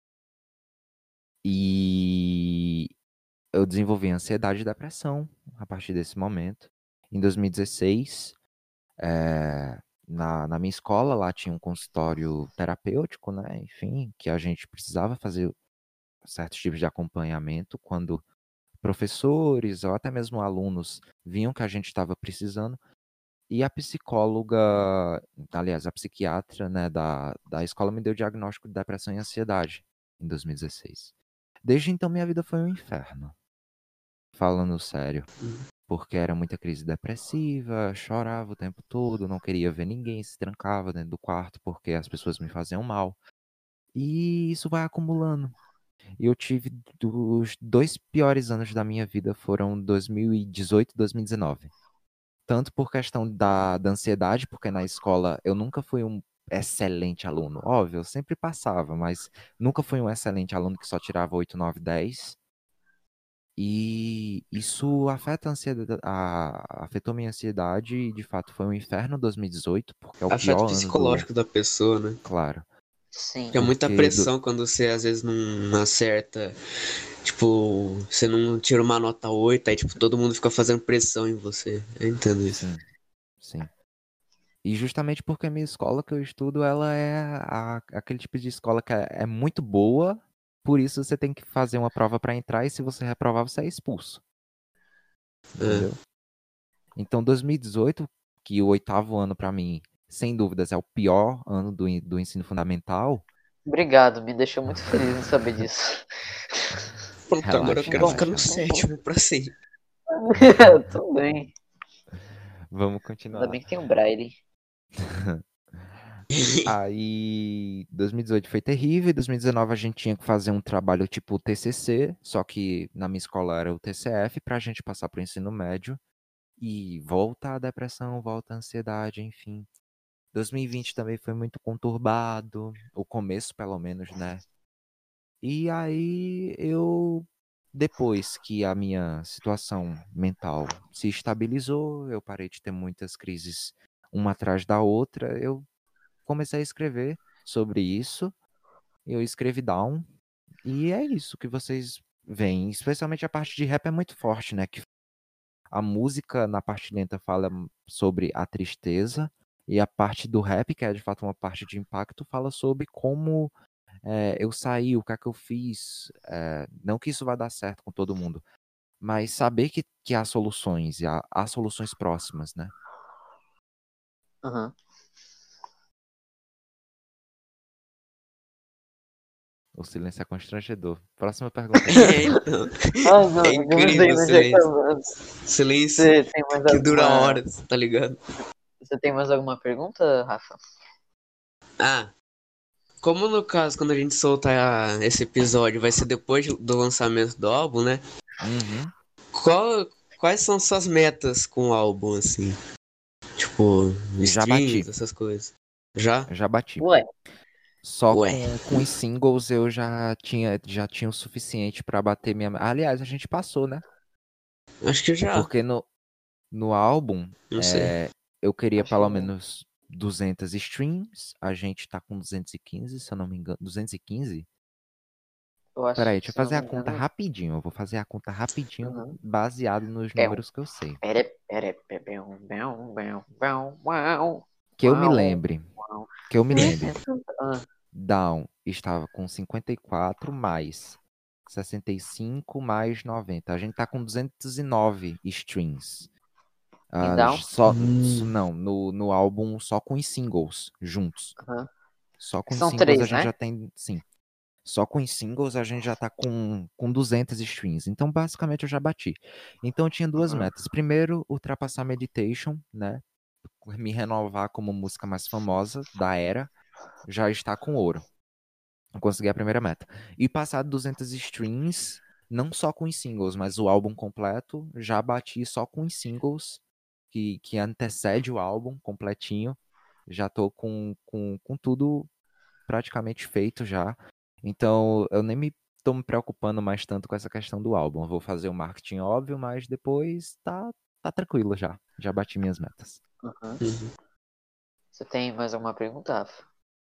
E eu desenvolvi ansiedade e depressão a partir desse momento. Em dois mil e dezesseis, na, na minha escola, lá tinha um consultório terapêutico, né? Enfim, que a gente precisava fazer certos tipos de acompanhamento quando professores ou até mesmo alunos viam que a gente estava precisando. E a psicóloga, aliás, a psiquiatra, né, da, da escola me deu diagnóstico de depressão e ansiedade em dois mil e dezesseis. Desde então, minha vida foi um inferno, falando sério. Porque era muita crise depressiva, chorava o tempo todo, não queria ver ninguém, se trancava dentro do quarto porque as pessoas me faziam mal. E isso vai acumulando. E eu tive os dois piores anos da minha vida foram dois mil e dezoito e dois mil e dezenove. Tanto por questão da, da ansiedade, porque na escola eu nunca fui um excelente aluno. Óbvio, eu sempre passava, mas nunca fui um excelente aluno que só tirava oito, nove, dez. E isso afeta a ansiedade, a, afetou minha ansiedade e de fato foi um inferno dois mil e dezoito, porque é o Afeto pior ano do, psicológico da pessoa, né? claro, Sim. Tem muita porque do, pressão quando você às vezes não acerta. Tipo, você não tira uma nota oito, aí tipo, todo mundo fica fazendo pressão em você. Eu entendo isso. sim, sim. E justamente porque a minha escola que eu estudo, ela é a- aquele tipo de escola que é, é muito boa, por isso você tem que fazer uma prova para entrar e se você reprovar, você é expulso, É. entendeu? Então, dois mil e dezoito, que o oitavo ano para mim, sem dúvidas, é o pior ano do, en- do ensino fundamental. Obrigado, me deixou muito feliz em saber disso. Pronto, agora eu Relaxa, quero Bom, ficar relaxa, no relaxa. sétimo pra sempre. tudo bem. Vamos Ainda continuar. bem que tem o Braille. Aí, dois mil e dezoito foi terrível, em dois mil e dezenove a gente tinha que fazer um trabalho tipo T C C, só que na minha escola era o T C F, pra gente passar pro ensino médio, e volta a depressão, volta a ansiedade, enfim. dois mil e vinte também foi muito conturbado, o começo pelo menos, né? E aí eu, depois que a minha situação mental se estabilizou, eu parei de ter muitas crises uma atrás da outra, eu comecei a escrever sobre isso. Eu escrevi Down. E é isso que vocês veem. Especialmente a parte de rap é muito forte, né? Que a música na parte lenta fala sobre a tristeza. E a parte do rap, que é de fato uma parte de impacto, fala sobre como é, eu saí, o que é que eu fiz. É, não que isso vai dar certo com todo mundo, mas saber que, que há soluções e há, há soluções próximas, né? Aham. O silêncio é constrangedor. Próxima pergunta, É, Rafa. então. Ah, É não, eu me incrível o ainda já silêncio. acabando. Silêncio Você tem mais que dura alguma. horas, tá ligado? Você tem mais alguma pergunta, Rafa? Ah, como no caso, quando a gente soltar esse episódio, vai ser depois do lançamento do álbum, né? Uhum. Qual, quais são suas metas com o álbum, assim? Tipo, Já bati, streams, essas coisas. Já? já bati. Ué, Só Ué. com, com os singles eu já tinha, já tinha o suficiente pra bater minha. Aliás, a gente passou, né? Acho que já. Porque no, no álbum Não sei. é, eu queria acho que pelo não. menos duzentas streams. A gente tá com duzentos e quinze, se eu não me engano. duzentos e quinze? Eu acho Peraí, que, deixa eu se não fazer me a conta engano. rapidinho. Eu vou fazer a conta rapidinho, Aham. baseado nos É um. números que eu sei. Pere, pere, pe- bem, bem, bem, bem, uau, Que eu me uau, lembre. uau. Que eu me lembre. Ah, Down estava com cinquenta e quatro mais sessenta e cinco mais noventa. A gente tá com duzentos e nove streams. em Ah, down? j- só, s- Hum. não, no, no álbum só com os singles juntos. Aham. Só Que com os são singles a três, gente né? já tem, sim. Só com os singles a gente já tá com, com duzentas streams. Então, basicamente, eu já bati. Então, eu tinha duas Aham. metas. Primeiro, ultrapassar Meditation, né? Me renovar como música mais famosa da era. Já está com ouro. Eu consegui a primeira meta. E passar duzentas streams, não só com os singles, mas o álbum completo, já bati só com os singles, que, que antecede o álbum completinho. Já tô com, com, com tudo praticamente feito já. Então, eu nem me tô me preocupando mais tanto com essa questão do álbum. Eu vou fazer o marketing óbvio, mas depois tá, tá tranquilo já. Já bati minhas metas. Aham. Uhum. Você tem mais alguma pergunta, Rafa?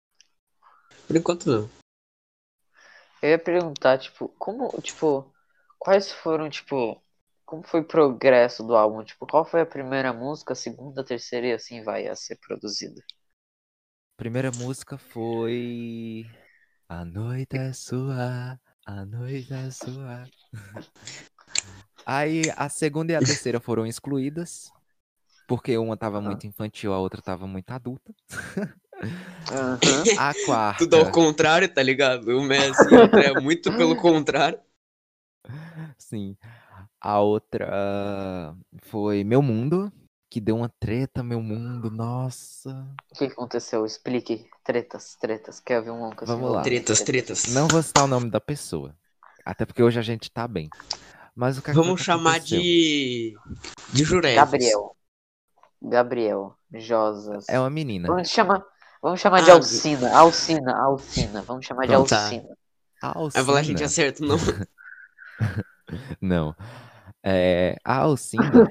Por enquanto não. Eu ia perguntar, tipo, como, tipo, quais foram, tipo, como foi o progresso do álbum? Tipo, qual foi a primeira música, a segunda, a terceira e assim vai a ser produzida? Primeira música foi A Noite é Sua, a Noite é Sua. Aí a segunda e a terceira foram excluídas, porque uma tava Aham. muito infantil, a outra tava muito adulta. Aham. A Tudo ao quarta, contrário, tá ligado? O Messi e outra é muito pelo contrário. sim. A outra foi Meu Mundo, que deu uma treta, Meu Mundo, nossa. O que aconteceu? Explique. Tretas, tretas. Kevin Lucas Vamos lá. envolvido em Tretas, tretas. tretas. Não vou citar o nome da pessoa, até porque hoje a gente tá bem. Mas o que é que foi Vamos que chamar aconteceu? de. De Jureves. Gabriel. Gabriel. Josas. É uma menina. Vamos chamar, vamos chamar de Ah, Alcina. Alcina, Alcina. Vamos chamar de Pronto. tá. Alcina. A Aí vai lá, a gente Alcina. acerta o nome. Não. É, a Alcina,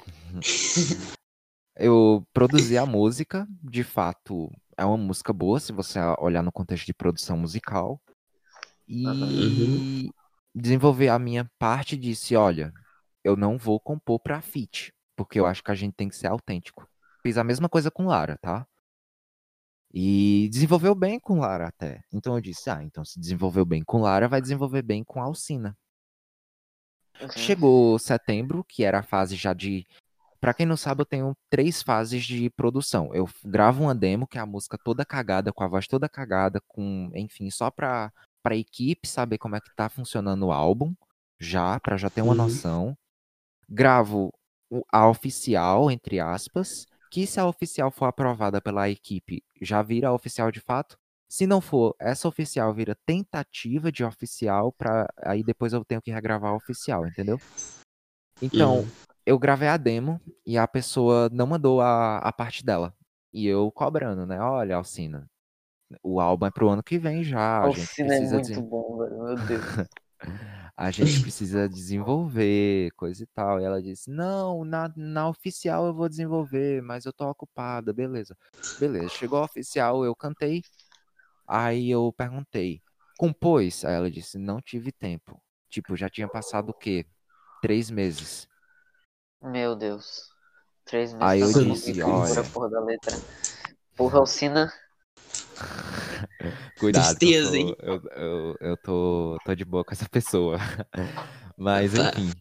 eu produzi a música, de fato, é uma música boa, se você olhar no contexto de produção musical. Uhum. E desenvolver a minha parte disse, olha, eu não vou compor pra feat, porque eu acho que a gente tem que ser autêntico. Fiz a mesma coisa com Lara, tá? E desenvolveu bem com Lara até. Então eu disse, ah, então se desenvolveu bem com Lara, vai desenvolver bem com Alcina. Uhum. Chegou setembro, que era a fase já de. Pra quem não sabe, eu tenho três fases de produção. Eu gravo uma demo, que é a música toda cagada, com a voz toda cagada, com, enfim, só pra, pra equipe saber como é que tá funcionando o álbum, já, pra já ter uma Uhum. noção. Gravo o- a oficial, entre aspas, que se a oficial for aprovada pela equipe, já vira a oficial de fato. Se não for, essa oficial vira tentativa de oficial, pra, aí depois eu tenho que regravar a oficial, entendeu? Então, Uhum. eu gravei a demo e a pessoa não mandou a, a parte dela. E eu cobrando, né? Olha, Alcina, o álbum é pro ano que vem já, a gente Alcina é precisa muito de, bom, velho. Meu Deus. a gente precisa desenvolver, coisa e tal. E ela disse: Não, na, na oficial eu vou desenvolver, mas eu tô ocupada, beleza. Beleza, chegou a oficial, eu cantei. Aí eu perguntei: Compôs? Aí ela disse: Não tive tempo. Tipo, já tinha passado o quê? Três meses. Meu Deus. Três meses Aí pra eu não conseguir disse: compor a Olha. porra da letra. Porra, Alcina. Cuidado, que eu Tristeza, sou. hein? Eu, eu, eu tô, tô de boa com essa pessoa. Mas, Tá. enfim.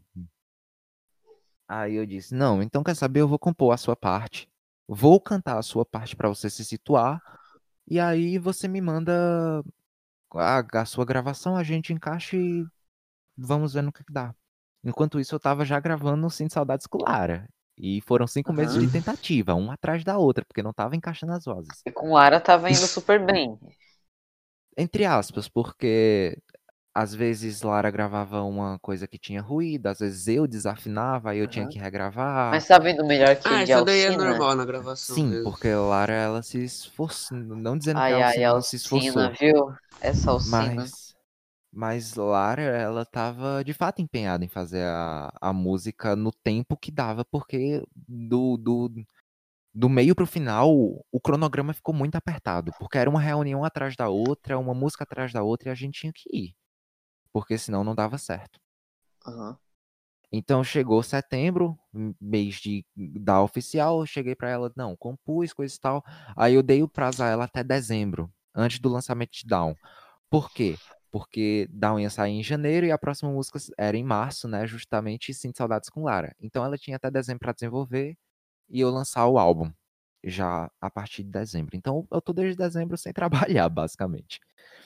Aí eu disse: Não, então quer saber? Eu vou compor a sua parte. Vou cantar a sua parte pra você se situar. E aí você me manda a, a sua gravação, a gente encaixa e vamos ver no que que dá. Enquanto isso, eu tava já gravando Sinto Saudades com Lara. E foram cinco meses de Uhum. tentativa, uma atrás da outra, porque não tava encaixando as vozes. E com Lara tava indo super bem. Entre aspas, porque às vezes Lara gravava uma coisa que tinha ruído, às vezes eu desafinava, aí eu tinha Uhum. que regravar. Mas tava indo melhor que Ah, de isso daí é Alcina? normal na gravação Sim, mesmo. porque Lara, ela se esforçou, não dizendo que a Ai, ai, Alcina não se Alcina, esforçou, viu? Essa Alcina. mas, mas Lara, ela tava de fato empenhada em fazer a, a música no tempo que dava, porque do, do, do meio pro final, o cronograma ficou muito apertado, porque era uma reunião atrás da outra, uma música atrás da outra, e a gente tinha que ir, porque senão não dava certo. Uhum. Então chegou setembro, m- mês de da oficial, eu cheguei pra ela, não, compus, coisa e tal. Aí eu dei o prazo a ela até dezembro, antes do lançamento de Down. Por quê? Porque Down ia sair em janeiro e a próxima música era em março, né? Justamente Sinto Saudades com Lara. Então ela tinha até dezembro pra desenvolver e eu lançar o álbum já a partir de dezembro. Então eu tô desde dezembro sem trabalhar, basicamente.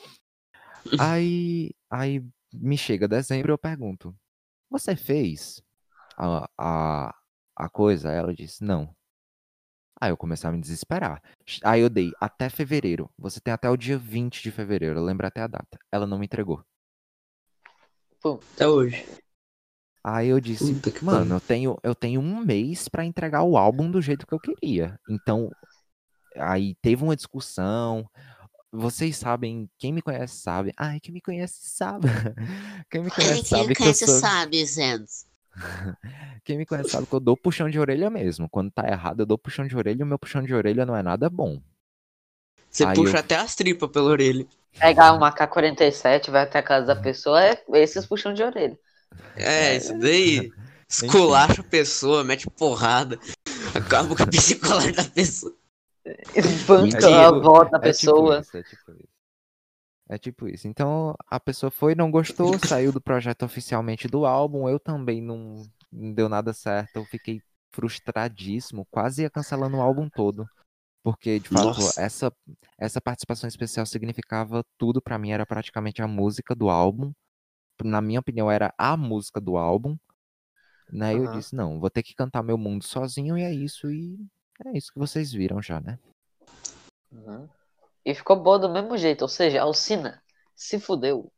Aí, aí me chega dezembro e eu pergunto: Você fez a, a, a coisa? Aí ela disse, não. Aí eu comecei a me desesperar. Aí eu dei até fevereiro. Você tem até o dia vinte de fevereiro. Eu lembro até a data. Ela não me entregou. Puta Até que hoje. pariu. Aí eu disse, Puta que mano, pariu. eu tenho, eu tenho um mês pra entregar o álbum do jeito que eu queria. Então, aí teve uma discussão. Vocês sabem, quem me conhece sabe. Ai, quem me conhece sabe. Quem me Ai, conhece quem sabe que eu conhece sou. sabe, gente. Quem me conhece sabe que eu dou puxão de orelha mesmo. Quando tá errado, eu dou puxão de orelha e o meu puxão de orelha não é nada bom. Você Aí eu. puxa até as tripas pela orelha. Pegar uma K quarenta e sete, vai até a casa da pessoa, é esses puxão de orelha. É, É, isso daí. esculacha a pessoa, mete porrada, acaba com o psicológico da pessoa. Espanca tipo- a avó da É tipo pessoa. isso, é tipo isso. É tipo isso. Então a pessoa foi, não gostou, saiu do projeto oficialmente do álbum. Eu também não, não deu nada certo. Eu fiquei frustradíssimo, quase ia cancelando o álbum todo. Porque, de fato, Nossa. essa, essa participação especial significava tudo pra mim. Era praticamente a música do álbum. Na minha opinião, era a música do álbum. Né? E eu Aham. disse, não, vou ter que cantar meu mundo sozinho. E é isso. E é isso que vocês viram já, né? Uhum. E ficou boa do mesmo jeito, ou seja, Alcina se fudeu.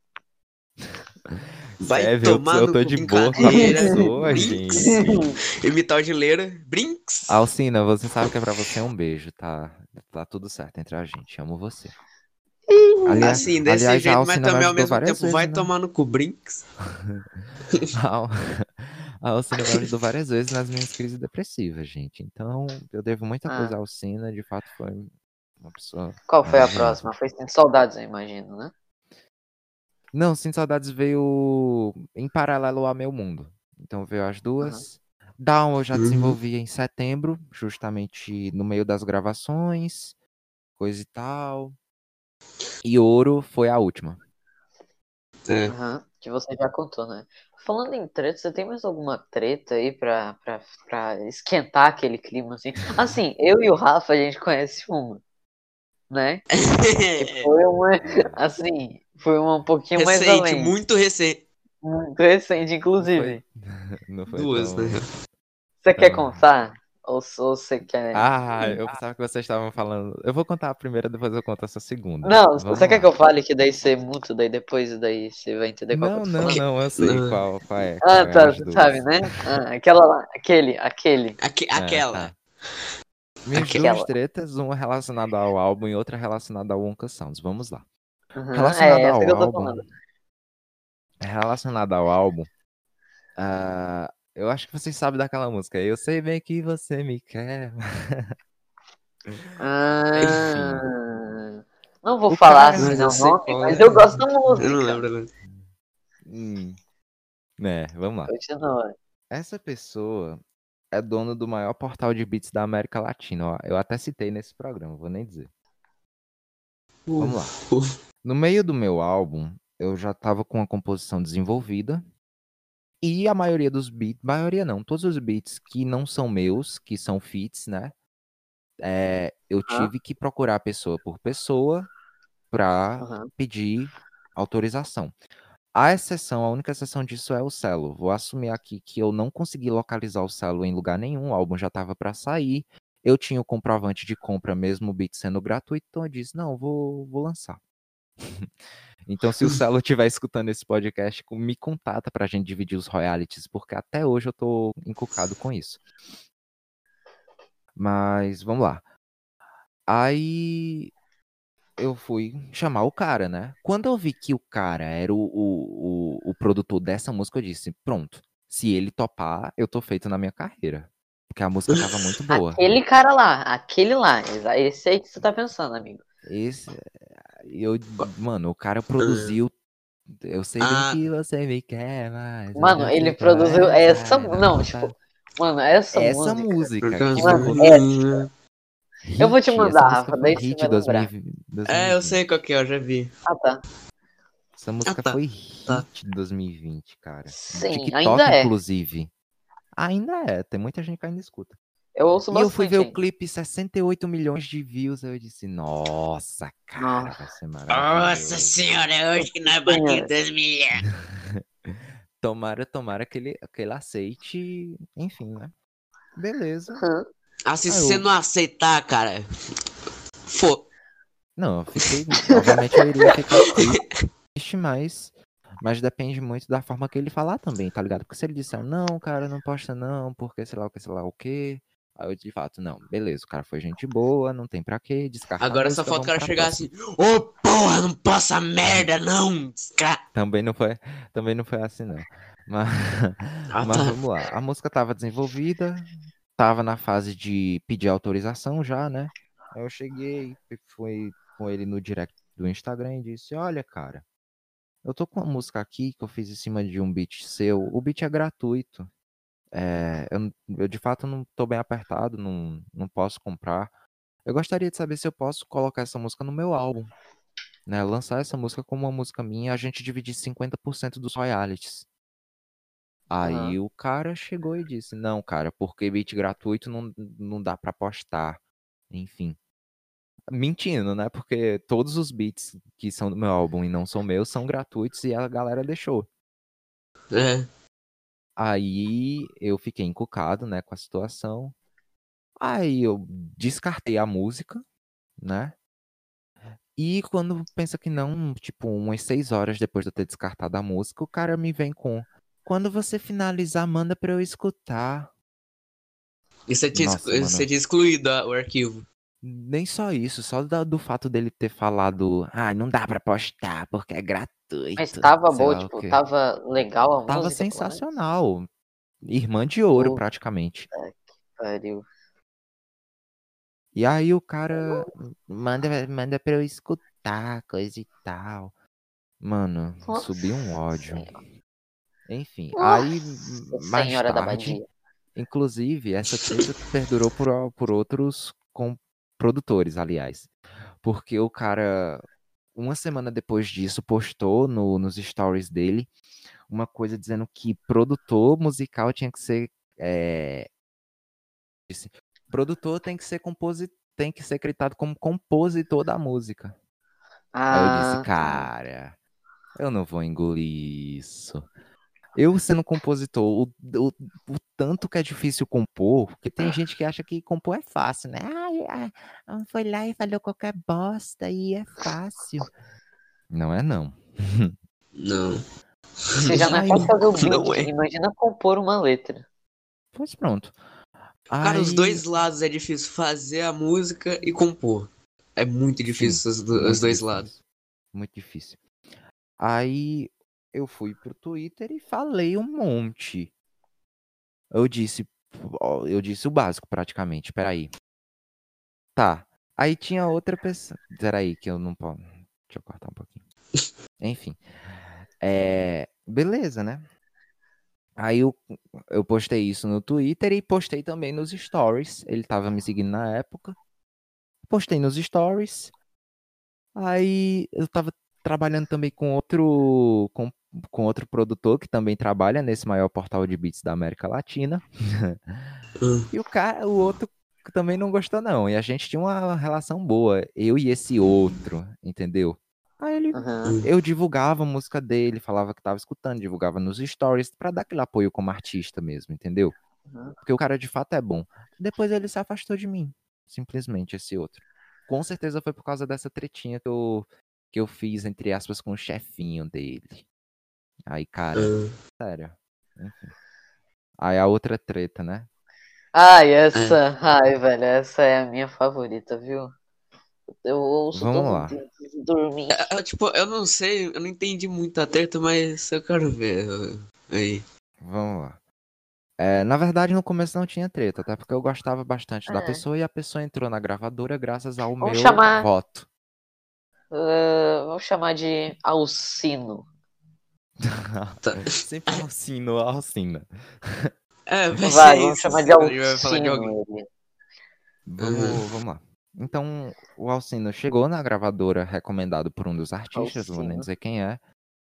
Vai Sério, eu, tomar eu no tô cu, de boa com a brincadeira. pessoa, Brinks. gente. Imitar o de Leira. Brinks. Alcina, você sabe que é pra você um beijo, tá? Tá tudo certo entre a gente. Amo você. Aliás, Assim, desse aliás, a jeito, mas Alcina me também ao ajudou mesmo várias tempo vezes, vai né? tomar no cu, Brinks. A, Al- a Alcina me ajudou várias vezes nas minhas crises depressivas, gente. Então, eu devo muita coisa Ah, à Alcina. De fato, foi uma pessoa qual foi a maravilhosa. próxima? Foi sem saudades, eu imagino, né? Não, Sem Saudades veio em paralelo ao Meu Mundo. Então, veio as Aham. duas. Down eu já Uhum. desenvolvi em setembro, justamente no meio das gravações, coisa e tal. E Ouro foi a última. É. Aham, que você já contou, né? Falando em treta, você tem mais alguma treta aí pra, pra, pra esquentar aquele clima assim? Assim, eu e o Rafa a gente conhece uma, né? Que foi uma, assim, foi uma um pouquinho mais Recente, além. muito recente. Muito recente, Não foi, inclusive. não foi Duas, né? tão, Você quer tão... contar? Ou, ou você quer. Ah, eu pensava que vocês estavam falando. Eu vou contar a primeira, depois eu conto essa segunda. Não, Vamos você quer que lá. eu fale que daí você muta, daí depois daí você vai entender qual que eu Não, tô não, falando? não, eu sei Não. qual, qual é, Ah, qual é tá, as você sabe, duas. né? Ah, aquela lá, aquele, aquele, Aque- É, aquela. tá. Minhas Aquela. duas aquela. tretas, uma relacionada ao álbum e outra relacionada ao Wonka Sounds. Vamos lá. Uhum, é Relacionada essa ao que eu tô álbum, falando. relacionada ao álbum, ah, eu acho que vocês sabem daquela música. Eu sei bem que você me quer. Enfim, Ah, não vou o falar cara, assim Mas eu não sei nome, qual mas é. eu gosto da Eu não música. lembro agora. hum, né, vamos lá. Continua. Essa pessoa é dono do maior portal de beats da América Latina. Ó. Eu até citei nesse programa, vou nem dizer. Vamos lá. Uf, uf. No meio do meu álbum, eu já tava com a composição desenvolvida. E a maioria dos beats, maioria não, todos os beats que não são meus, que são feats, né? É, eu Aham, tive que procurar pessoa por pessoa pra aham. pedir autorização. A exceção, a única exceção disso é o Celo. Vou assumir aqui que eu não consegui localizar o Celo em lugar nenhum, o álbum já estava para sair. Eu tinha o comprovante de compra mesmo, o beat sendo gratuito, então eu disse, não, vou, vou lançar. Então, se o Celo estiver escutando esse podcast, me contata pra gente dividir os royalties, porque até hoje eu tô encucado com isso. Mas, vamos lá. Aí, eu fui chamar o cara, né? Quando eu vi que o cara era o, o, o, o produtor dessa música, eu disse: pronto, se ele topar, eu tô feito na minha carreira. Porque a música tava muito boa. Aquele cara lá, aquele lá, exa- esse aí que você tá pensando, amigo. Esse, eu, mano, o cara produziu. Eu sei bem Ah, que você me quer, mas eu Mano, já ele sei qual produziu é, essa. sai na Não, conta. tipo, mano, essa Essa música. música por que Mano, ficou essa. Eu vou te hit, essa mandar, música Rafa, foi daí você hit vai em lembrar. é, eu sei dois mil e vinte. qual que é, eu já vi. Ah, tá. Essa Ah, música tá, foi tá. hit em dois mil e vinte, cara. Sim, TikTok, ainda é. inclusive. Ainda é, tem muita gente que ainda escuta. Eu ouço E eu fui ver bastante o ainda. clipe, sessenta e oito milhões de views. Eu disse, nossa, cara, Nossa vai ser Nossa maravilhoso. senhora, é hoje que nós Senhora. batemos dois milhões. Tomara, tomara que ele, que ele aceite, enfim, né? Beleza. Aham. Assim, Aí se você eu, não aceitar, cara, fo... não, eu fiquei, obviamente eu iria ficar triste, mas, mas depende muito da forma que ele falar também, tá ligado? Porque se ele disser, não, cara, não posta não, porque sei lá o que, sei lá o que. Aí eu de fato, não, beleza, o cara foi gente boa, não tem pra quê, descarta a Agora só música, falta o vamos cara pra chegar próxima. assim, ô porra, não possa merda, não! Desgra... Também não foi, também não foi assim, não. Mas, Ah, mas tá. vamos lá. A música tava desenvolvida, tava na fase de pedir autorização já, né? Aí eu cheguei, fui com ele no direct do Instagram e disse: Olha, cara, eu tô com uma música aqui que eu fiz em cima de um beat seu. O beat é gratuito. É, eu, eu, de fato não tô bem apertado, não, não posso comprar. Eu gostaria de saber se eu posso colocar essa música no meu álbum, né? Lançar essa música como uma música minha, a gente dividir cinquenta por cento dos royalties. Aí Aham. o cara chegou e disse: Não, cara, porque beat gratuito não, não dá pra postar. Enfim. Mentindo, né? Porque todos os beats que são do meu álbum e não são meus são gratuitos e a galera deixou. É. Aí eu fiquei encucado, né, com a situação. Aí eu descartei a música, né? E quando pensa que não, tipo, umas seis horas depois de eu ter descartado a música, o cara me vem com: Quando você finalizar, manda pra eu escutar. E você tinha, exclu- Nossa, você mano, tinha excluído a- o arquivo. nem só isso, só da- do fato dele ter falado: Ah, não dá pra postar porque é Mas gratuito, tava sei boa, lá o tipo, quê. tava legal a Tava música, pelo menos? sensacional. Irmã de ouro, Puta praticamente. que pariu. E aí o cara manda, manda pra eu escutar, coisa e tal. Mano, subiu um Nossa ódio. senhora. Enfim, aí Nossa mais senhora da tarde, Badia. inclusive, essa treta perdurou por, por outros com, produtores, aliás. Porque o cara, uma semana depois disso, postou no, nos stories dele uma coisa dizendo que produtor musical tinha que ser. É, disse, produtor tem que ser compositor, tem que ser acreditado como compositor da música. Aí eu disse, Ah, tá. cara, eu não vou engolir isso. Eu sendo compositor, o, o, o tanto que é difícil compor, porque tem gente que acha que compor é fácil, né? Ai, ai, foi lá e falou qualquer bosta e é fácil. Não é não. Não. Se já não é Aí, fácil fazer o Não beat, é. imagina compor uma letra. pois pronto. Cara, os Aí, dois lados é difícil fazer a música e compor. É muito sim, difícil os, do- os muito dois lados. difícil. Muito difícil. Aí eu fui pro Twitter e falei um monte. Eu disse, ó, eu disse o básico praticamente. Peraí. Tá. Aí tinha outra pessoa. Peraí, que eu não posso. Deixa eu cortar um pouquinho. Enfim. É. Beleza, né? Aí eu, eu postei isso no Twitter e postei também nos stories. Ele tava me seguindo na época. Postei nos stories. Aí eu tava trabalhando também com outro, com, com outro produtor que também trabalha nesse maior portal de beats da América Latina. Hum. E o cara, o outro também não gostou não. E a gente tinha uma relação boa, eu e esse outro, entendeu? Aí ele, Aham. Hum. eu divulgava a música dele, falava que tava escutando, divulgava nos stories pra dar aquele apoio como artista mesmo, entendeu? Aham. Porque o cara de fato é bom. Depois ele se afastou de mim, simplesmente esse outro. Com certeza foi por causa dessa tretinha que eu que eu fiz entre aspas com o chefinho dele. Aí, cara, Hum. sério. Enfim. Aí a outra treta, né? Ai, É. essa. Ai, velho, essa é a minha favorita, viu? Eu ouço Vamos todo lá. dia antes de dormir. É, é, tipo, eu não sei, eu não entendi muito a treta, mas eu quero ver. uh, Aí. Vamos lá. É, na verdade, no começo não tinha treta, até porque eu gostava bastante da É. pessoa e a pessoa entrou na gravadora graças ao Vamos meu chamar. voto. ah, vamos chamar de Alcino. Tá. Sempre Alcino, Alcina. É, vai Vai, ser vamos isso. chamar de A gente vai falar de alguém. Alcino ele. Uhum. Vamos, vamos lá. Então, o Alcino chegou na gravadora recomendado por um dos artistas, não vou nem Alcino. dizer quem é.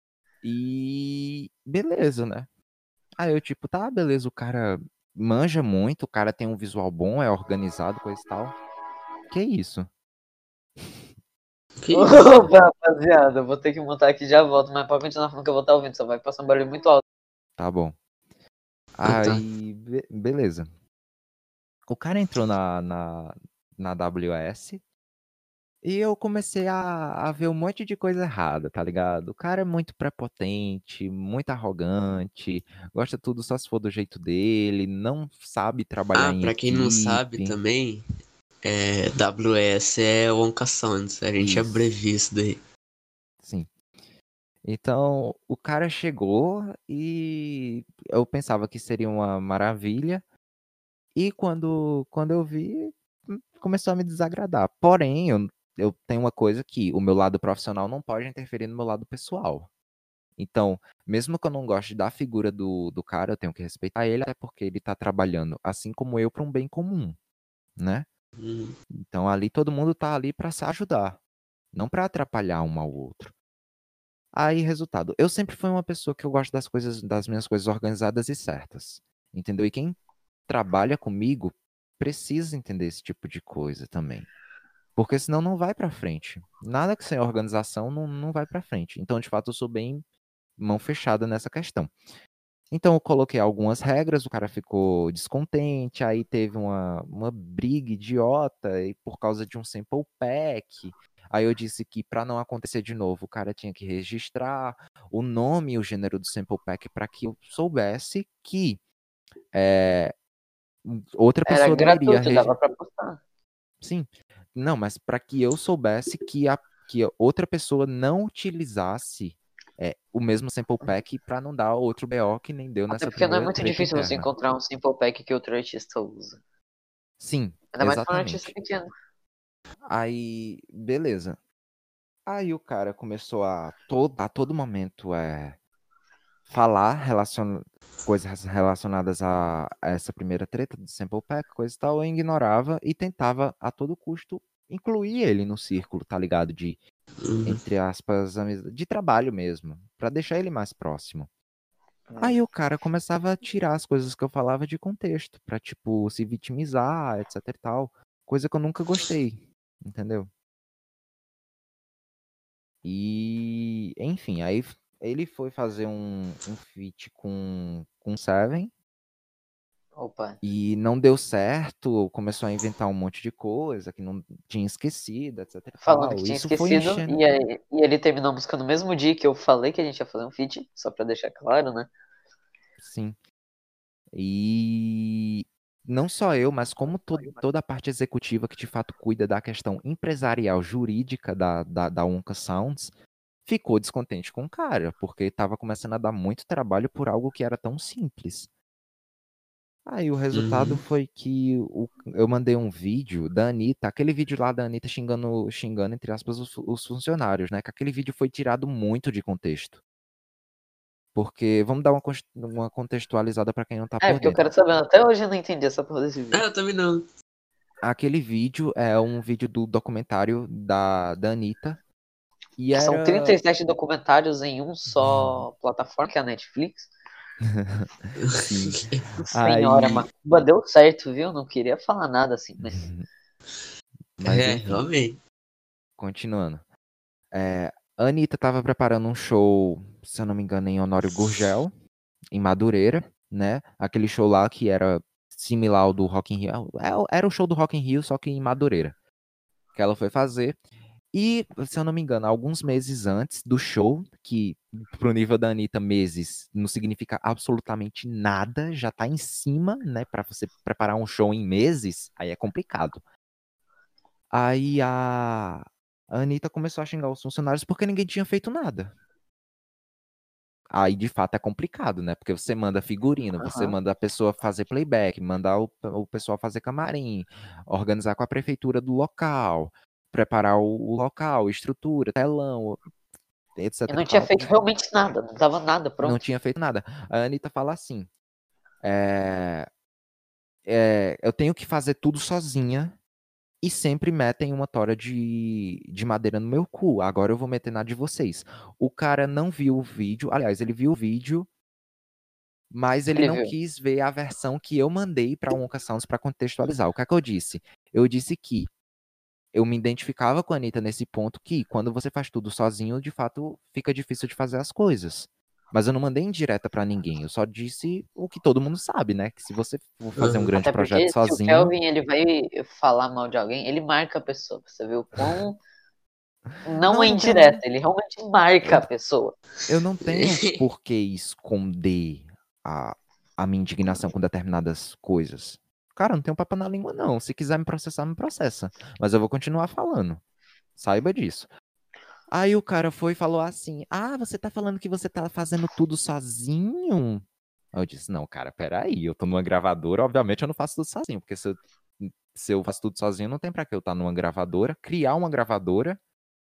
E beleza, né? Aí eu tipo, tá, beleza, o cara manja muito, o cara tem um visual bom, é organizado, coisa e tal. Que isso? Que isso? Opa, rapaziada, eu vou ter que montar aqui e já volto, mas pode continuar falando que eu vou estar ouvindo, só vai passar um barulho muito alto. Tá bom. Ah, tá. Aí, be- beleza. O cara entrou na, na, na W S e eu comecei a, a ver um monte de coisa errada, tá ligado? O cara é muito prepotente, muito arrogante, gosta tudo só se for do jeito dele, não sabe trabalhar Ah, em pra quem não sabe equipe. também, é, W S é Wonka Sounds. A gente Isso, abrevia isso daí. sim. Então, o cara chegou e eu pensava que seria uma maravilha. E quando, quando eu vi, hum, começou a me desagradar. Porém, eu, eu tenho uma coisa que o meu lado profissional não pode interferir no meu lado pessoal. Então, mesmo que eu não goste da figura do, do cara, eu tenho que respeitar ele, até porque ele tá trabalhando, assim como eu, para um bem comum, né? Uhum. Então, ali todo mundo tá ali para se ajudar, não para atrapalhar um ao outro. Aí, resultado, eu sempre fui uma pessoa que eu gosto das coisas, das minhas coisas organizadas e certas, entendeu? E quem trabalha comigo precisa entender esse tipo de coisa também. Porque senão não vai pra frente. Nada que sem organização não, não vai pra frente. Então, de fato, eu sou bem mão fechada nessa questão. Então, eu coloquei algumas regras, o cara ficou descontente, aí teve uma, uma briga idiota e por causa de um sample pack. Aí eu disse que para não acontecer de novo, o cara tinha que registrar o nome e o gênero do sample pack para que eu soubesse que é, outra Era pessoa não iria gratuito, registrar. dava pra postar. Sim, não, mas para que eu soubesse que a que a outra pessoa não utilizasse é, o mesmo sample pack para não dar outro B O que nem deu Até nessa porque não é primeira muito treta difícil você interna. encontrar um sample pack que outro artista usa. Sim, Ainda mais pra um artista exatamente. pequeno. Aí, beleza. Aí o cara começou a todo, a todo momento é, falar relacion... coisas relacionadas a, a essa primeira treta do sample pack, coisa e tal, eu ignorava e tentava a todo custo incluir ele no círculo, tá ligado? De, Uhum. entre aspas, amizade, de trabalho mesmo, pra deixar ele mais próximo. Hum. Aí o cara começava a tirar as coisas que eu falava de contexto, pra, tipo, se vitimizar, etc e tal, coisa que eu nunca gostei, entendeu? E, enfim, aí f- ele foi fazer um, um feat com, com Seven Opa. e não deu certo, começou a inventar um monte de coisa que não tinha esquecido, etc e Falando que tal. tinha Isso foi esquecido, enchendo, e, aí, e ele terminou a música no mesmo dia que eu falei que a gente ia fazer um feat, só pra deixar claro, né? sim. E não só eu, mas como to toda a parte executiva que de fato cuida da questão empresarial jurídica da, da, da Onca Sounds, ficou descontente com o cara, porque estava começando a dar muito trabalho por algo que era tão simples. Aí o resultado Uhum. foi que o- eu mandei um vídeo da Anitta, aquele vídeo lá da Anitta xingando, xingando entre aspas, os, os funcionários, né? Que aquele vídeo foi tirado muito de contexto. Porque, vamos dar uma, cons- uma contextualizada para quem não tá É, por porque eu dentro. quero saber, até hoje eu não entendi essa porra desse Ah, vídeo. eu também não. Aquele vídeo é um vídeo do documentário da, da Anitta. E Que são trinta era. e sete documentários em um só plataforma, que é a Netflix. Sim. Senhora, Aí. Macumba deu certo, viu? Não queria falar nada assim, mas Mas É, enfim, realmente. continuando. É, a Anitta tava preparando um show, se eu não me engano, em Honório Gurgel, em Madureira, né? Aquele show lá que era similar ao do Rock in Rio. É, era o show do Rock in Rio, só que em Madureira. Que ela foi fazer. E, se eu não me engano, alguns meses antes do show, que pro nível da Anitta, meses não significa absolutamente nada, já tá em cima, né? Pra você preparar um show em meses, aí é complicado. Aí a, a Anitta começou a xingar os funcionários porque ninguém tinha feito nada. Aí, de fato, é complicado, né? Porque você manda figurino, você aham. manda a pessoa fazer playback, mandar o, o pessoal fazer camarim, organizar com a prefeitura do local, preparar o, o local, estrutura, telão, etc E e não tinha tal. feito realmente nada, não tava nada Não pronto. tinha feito nada. A Anitta fala assim: é, é, eu tenho que fazer tudo sozinha e sempre metem uma tora de, de madeira no meu cu. Agora eu vou meter na de vocês. O cara não viu o vídeo, aliás, ele viu o vídeo, mas ele Ele não viu. quis ver a versão que eu mandei para a Onca Sounds para contextualizar. O que é que eu disse? Eu disse que eu me identificava com a Anitta nesse ponto que, quando você faz tudo sozinho, de fato fica difícil de fazer as coisas. Mas eu não mandei indireta pra ninguém, eu só disse o que todo mundo sabe, né? Que se você for fazer um Uhum. grande Até projeto porque se o sozinho, Kelvin ele vai falar mal de alguém, ele marca a pessoa. Pra você ver o quão não não, é não tenho nada. indireta, ele realmente marca Eu, a pessoa. eu não tenho por que esconder a, a minha indignação com determinadas coisas. Cara, não tenho papo na língua, não. Se quiser me processar, me processa. Mas eu vou continuar falando. Saiba disso. Aí o cara foi e falou assim: Ah, você tá falando que você tá fazendo tudo sozinho? Aí eu disse: Não, cara, peraí, eu tô numa gravadora, obviamente eu não faço tudo sozinho, porque se eu, se eu faço tudo sozinho, não tem pra que eu estar numa gravadora, criar uma gravadora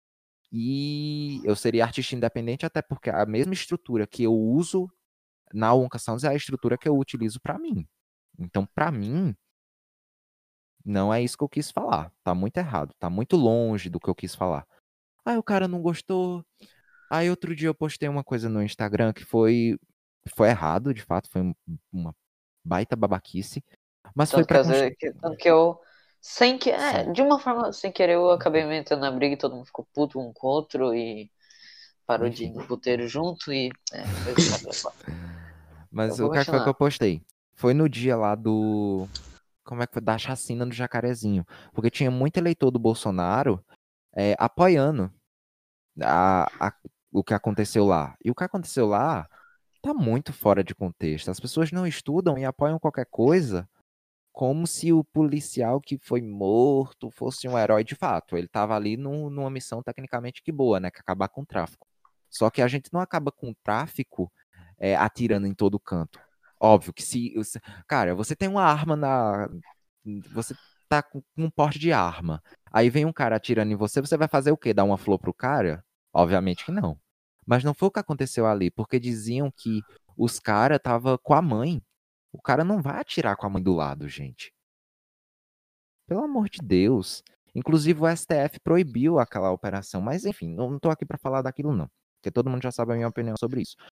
E eu seria artista independente até porque a mesma estrutura que eu uso na Wonka Sounds é a estrutura que eu utilizo pra mim. Então, pra mim, não é isso que eu quis falar. Tá muito errado. Tá muito longe do que eu quis falar. Aí o cara não gostou. Aí outro dia eu postei uma coisa no Instagram que foi foi errado, de fato, foi um- uma baita babaquice, mas foi Tanto que, às preconceito. vezes, que, tanto que eu, sem que, é, Sim. de uma forma, sem querer, eu acabei me entrando na briga e todo mundo ficou puto um com o outro e parou de ir Enfim. no puteiro junto e é, foi o cara pra fora. Eu Mas vou o que é que foi que continuar. eu postei? Foi no dia lá do como é que foi? Da chacina do Jacarezinho, porque tinha muito eleitor do Bolsonaro é, apoiando a, a- o que aconteceu lá. E o que aconteceu lá tá muito fora de contexto. As pessoas não estudam e apoiam qualquer coisa como se o policial que foi morto fosse um herói de fato. Ele estava ali num- numa missão tecnicamente que boa, né? Que é acabar com o tráfico. Só que a gente não acaba com o tráfico é, atirando em todo canto. Óbvio que se. se- Cara, você tem uma arma na. Você tá com com um porte de arma. Aí vem um cara atirando em você, você vai fazer o quê? Dar uma flor pro cara? Obviamente que não. Mas não foi o que aconteceu ali, porque diziam que os caras tava com a mãe. O cara não vai atirar com a mãe do lado, gente. Pelo amor de Deus. Inclusive o S T F proibiu aquela operação. Mas enfim, não, não tô aqui pra falar daquilo não. Porque todo mundo já sabe a minha opinião sobre isso.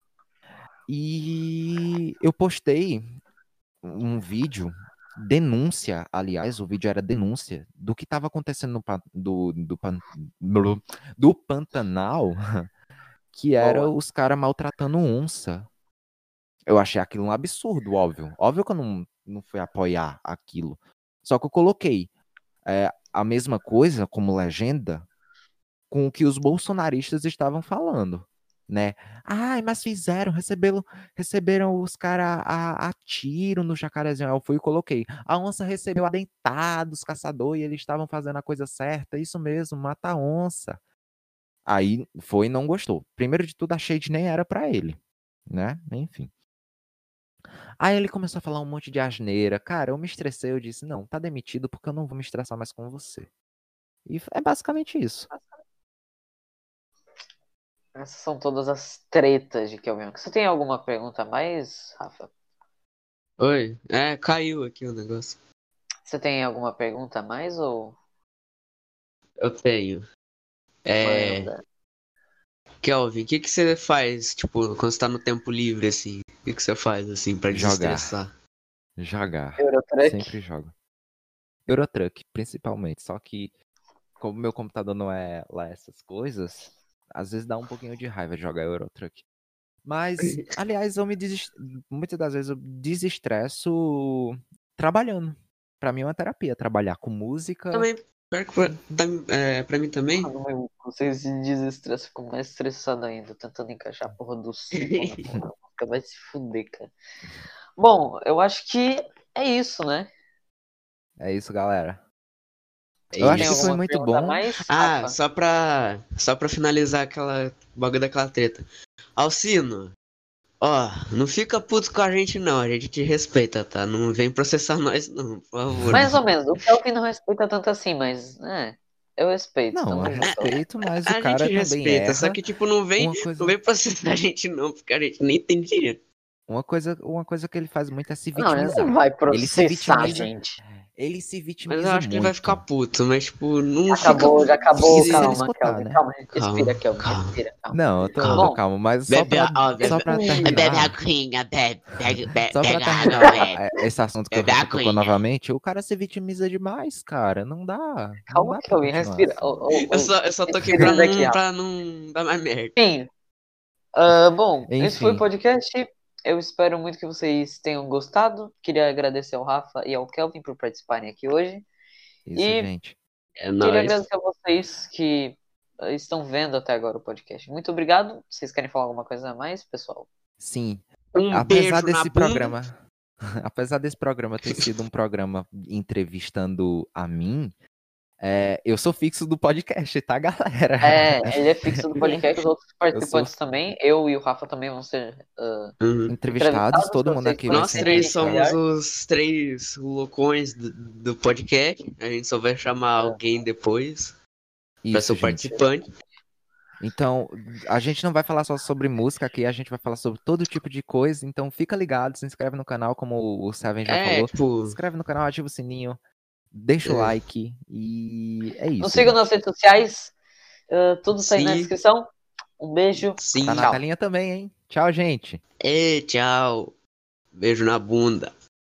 E eu postei um vídeo, denúncia, aliás, o vídeo era denúncia do que estava acontecendo no, pa- do, do, pan- blu- do Pantanal, que era Boa. os caras maltratando onça. Eu achei aquilo um absurdo, óbvio. Óbvio que eu não, não fui apoiar aquilo. Só que eu coloquei é, a mesma coisa como legenda com o que os bolsonaristas estavam falando, né? Ai, mas fizeram, receberam, receberam os caras a, a tiro no Jacarezinho. Aí eu fui e coloquei. A onça recebeu a dentada dos caçadores e eles estavam fazendo a coisa certa. Isso mesmo, mata a onça. Aí foi e não gostou. Primeiro de tudo, a shade nem era pra ele, né? Enfim. Aí ele começou a falar um monte de asneira. Cara, eu me estressei, eu disse, não, tá demitido porque eu não vou me estressar mais com você. E é basicamente isso. Essas são todas as tretas de Kelvin. Você tem alguma pergunta a mais, Rafa? Oi, é, caiu aqui o negócio. Você tem alguma pergunta a mais ou Eu tenho. É, manda? Kelvin, o que que você faz, tipo, quando você tá no tempo livre, assim? O que que você faz, assim, pra Jogar. desestressar? Jogar. Eurotruck? Sempre jogo. Eurotruck, principalmente. Só que, como meu computador não é lá essas coisas, às vezes dá um pouquinho de raiva de jogar Eurotruck. Mas, aliás, eu me deses... muitas das vezes eu desestresso trabalhando. Pra mim é uma terapia, trabalhar com música. Também, pior que pra, tam- é, pra mim também. Quando eu consigo se desestressar, fico mais estressado ainda, tentando encaixar a porra do som na porra da música. Vai se fuder, cara. Bom, eu acho que é isso, né? É isso, galera. É Eu Você acho tem que foi isso. alguma muito pergunta a bom. mais, Ah, Rafa? só pra, só pra finalizar aquela bagulho daquela treta. Alcino, ó, não fica puto com a gente não, a gente te respeita, tá? Não vem processar nós não, por favor. Mais ou menos. O Kelvin não respeita tanto assim, mas, é, eu respeito. Não, eu Tamo junto. respeito, mas o A gente cara também respeita, só erra. que tipo, não vem, Uma não coisa, vem processar a gente não, porque a gente nem tem dinheiro. uma coisa, uma coisa que ele faz muito é se Não, ele não vitimizar. vai Ele se processar a vitimiza, gente. ele se Mas eu vitimiza acho que ele vai ficar muito. puto, mas tipo, não fica. Acabou, já acabou, Isso se ele Se... calma, escutar, Kelvin. né? Calma, Calma, respira, Kelvin, calma, respira, calma. Não, eu tô, eu tô calma. Bom, calmo, mas só Bebe, pra, a- ó, só bebe, pra bebe terminar, aguinha, bebe, bebe, bebe, só pra pega água, terminar bebe. é, esse assunto que o Bebe Rafa tocou aguinha. novamente, o cara se vitimiza demais, cara. Não dá, não calma, dá pra Kelvin, continuar respira. assim. Ô, ô, Eu ô, só, eu só tô aqui pra respirando aqui, não, Rafa. pra não dar mais merda. Enfim, ah, bom, esse foi o Enfim, podcast. Eu espero muito que vocês tenham gostado. Queria agradecer ao Rafa e ao Kelvin por participarem aqui hoje. isso, E gente. É queria nóis. agradecer a vocês que ah, estão vendo até agora o podcast. Muito obrigado. Vocês querem falar alguma coisa a mais, pessoal? Sim, Um apesar beijo na desse bunda. programa, apesar desse programa ter sido um programa entrevistando a mim, é, eu sou fixo do podcast, tá, galera? É, ele é fixo do podcast, os outros Eu sou participantes também. Eu e o Rafa também vão ser ah, Uhum. entrevistados, entrevistados. Se todo mundo vocês aqui vai Nós ser conhecerem a três gente somos melhor. entrevistado. os três loucões do, do podcast. A gente só vai chamar alguém depois pra Isso, ser o gente. participante. Então, a gente não vai falar só sobre música aqui, a gente vai falar sobre todo tipo de coisa. Então, fica ligado, se inscreve no canal, como o Seven já É, falou. tipo, Se inscreve no canal, ativa o sininho, deixa o é, like e é Nos isso, sigam nas gente. redes sociais. ah, tudo tá aí na sim, descrição. Um beijo. Tá na sim. Tchau. telinha também, hein? Tchau, gente. E tchau. Beijo na bunda.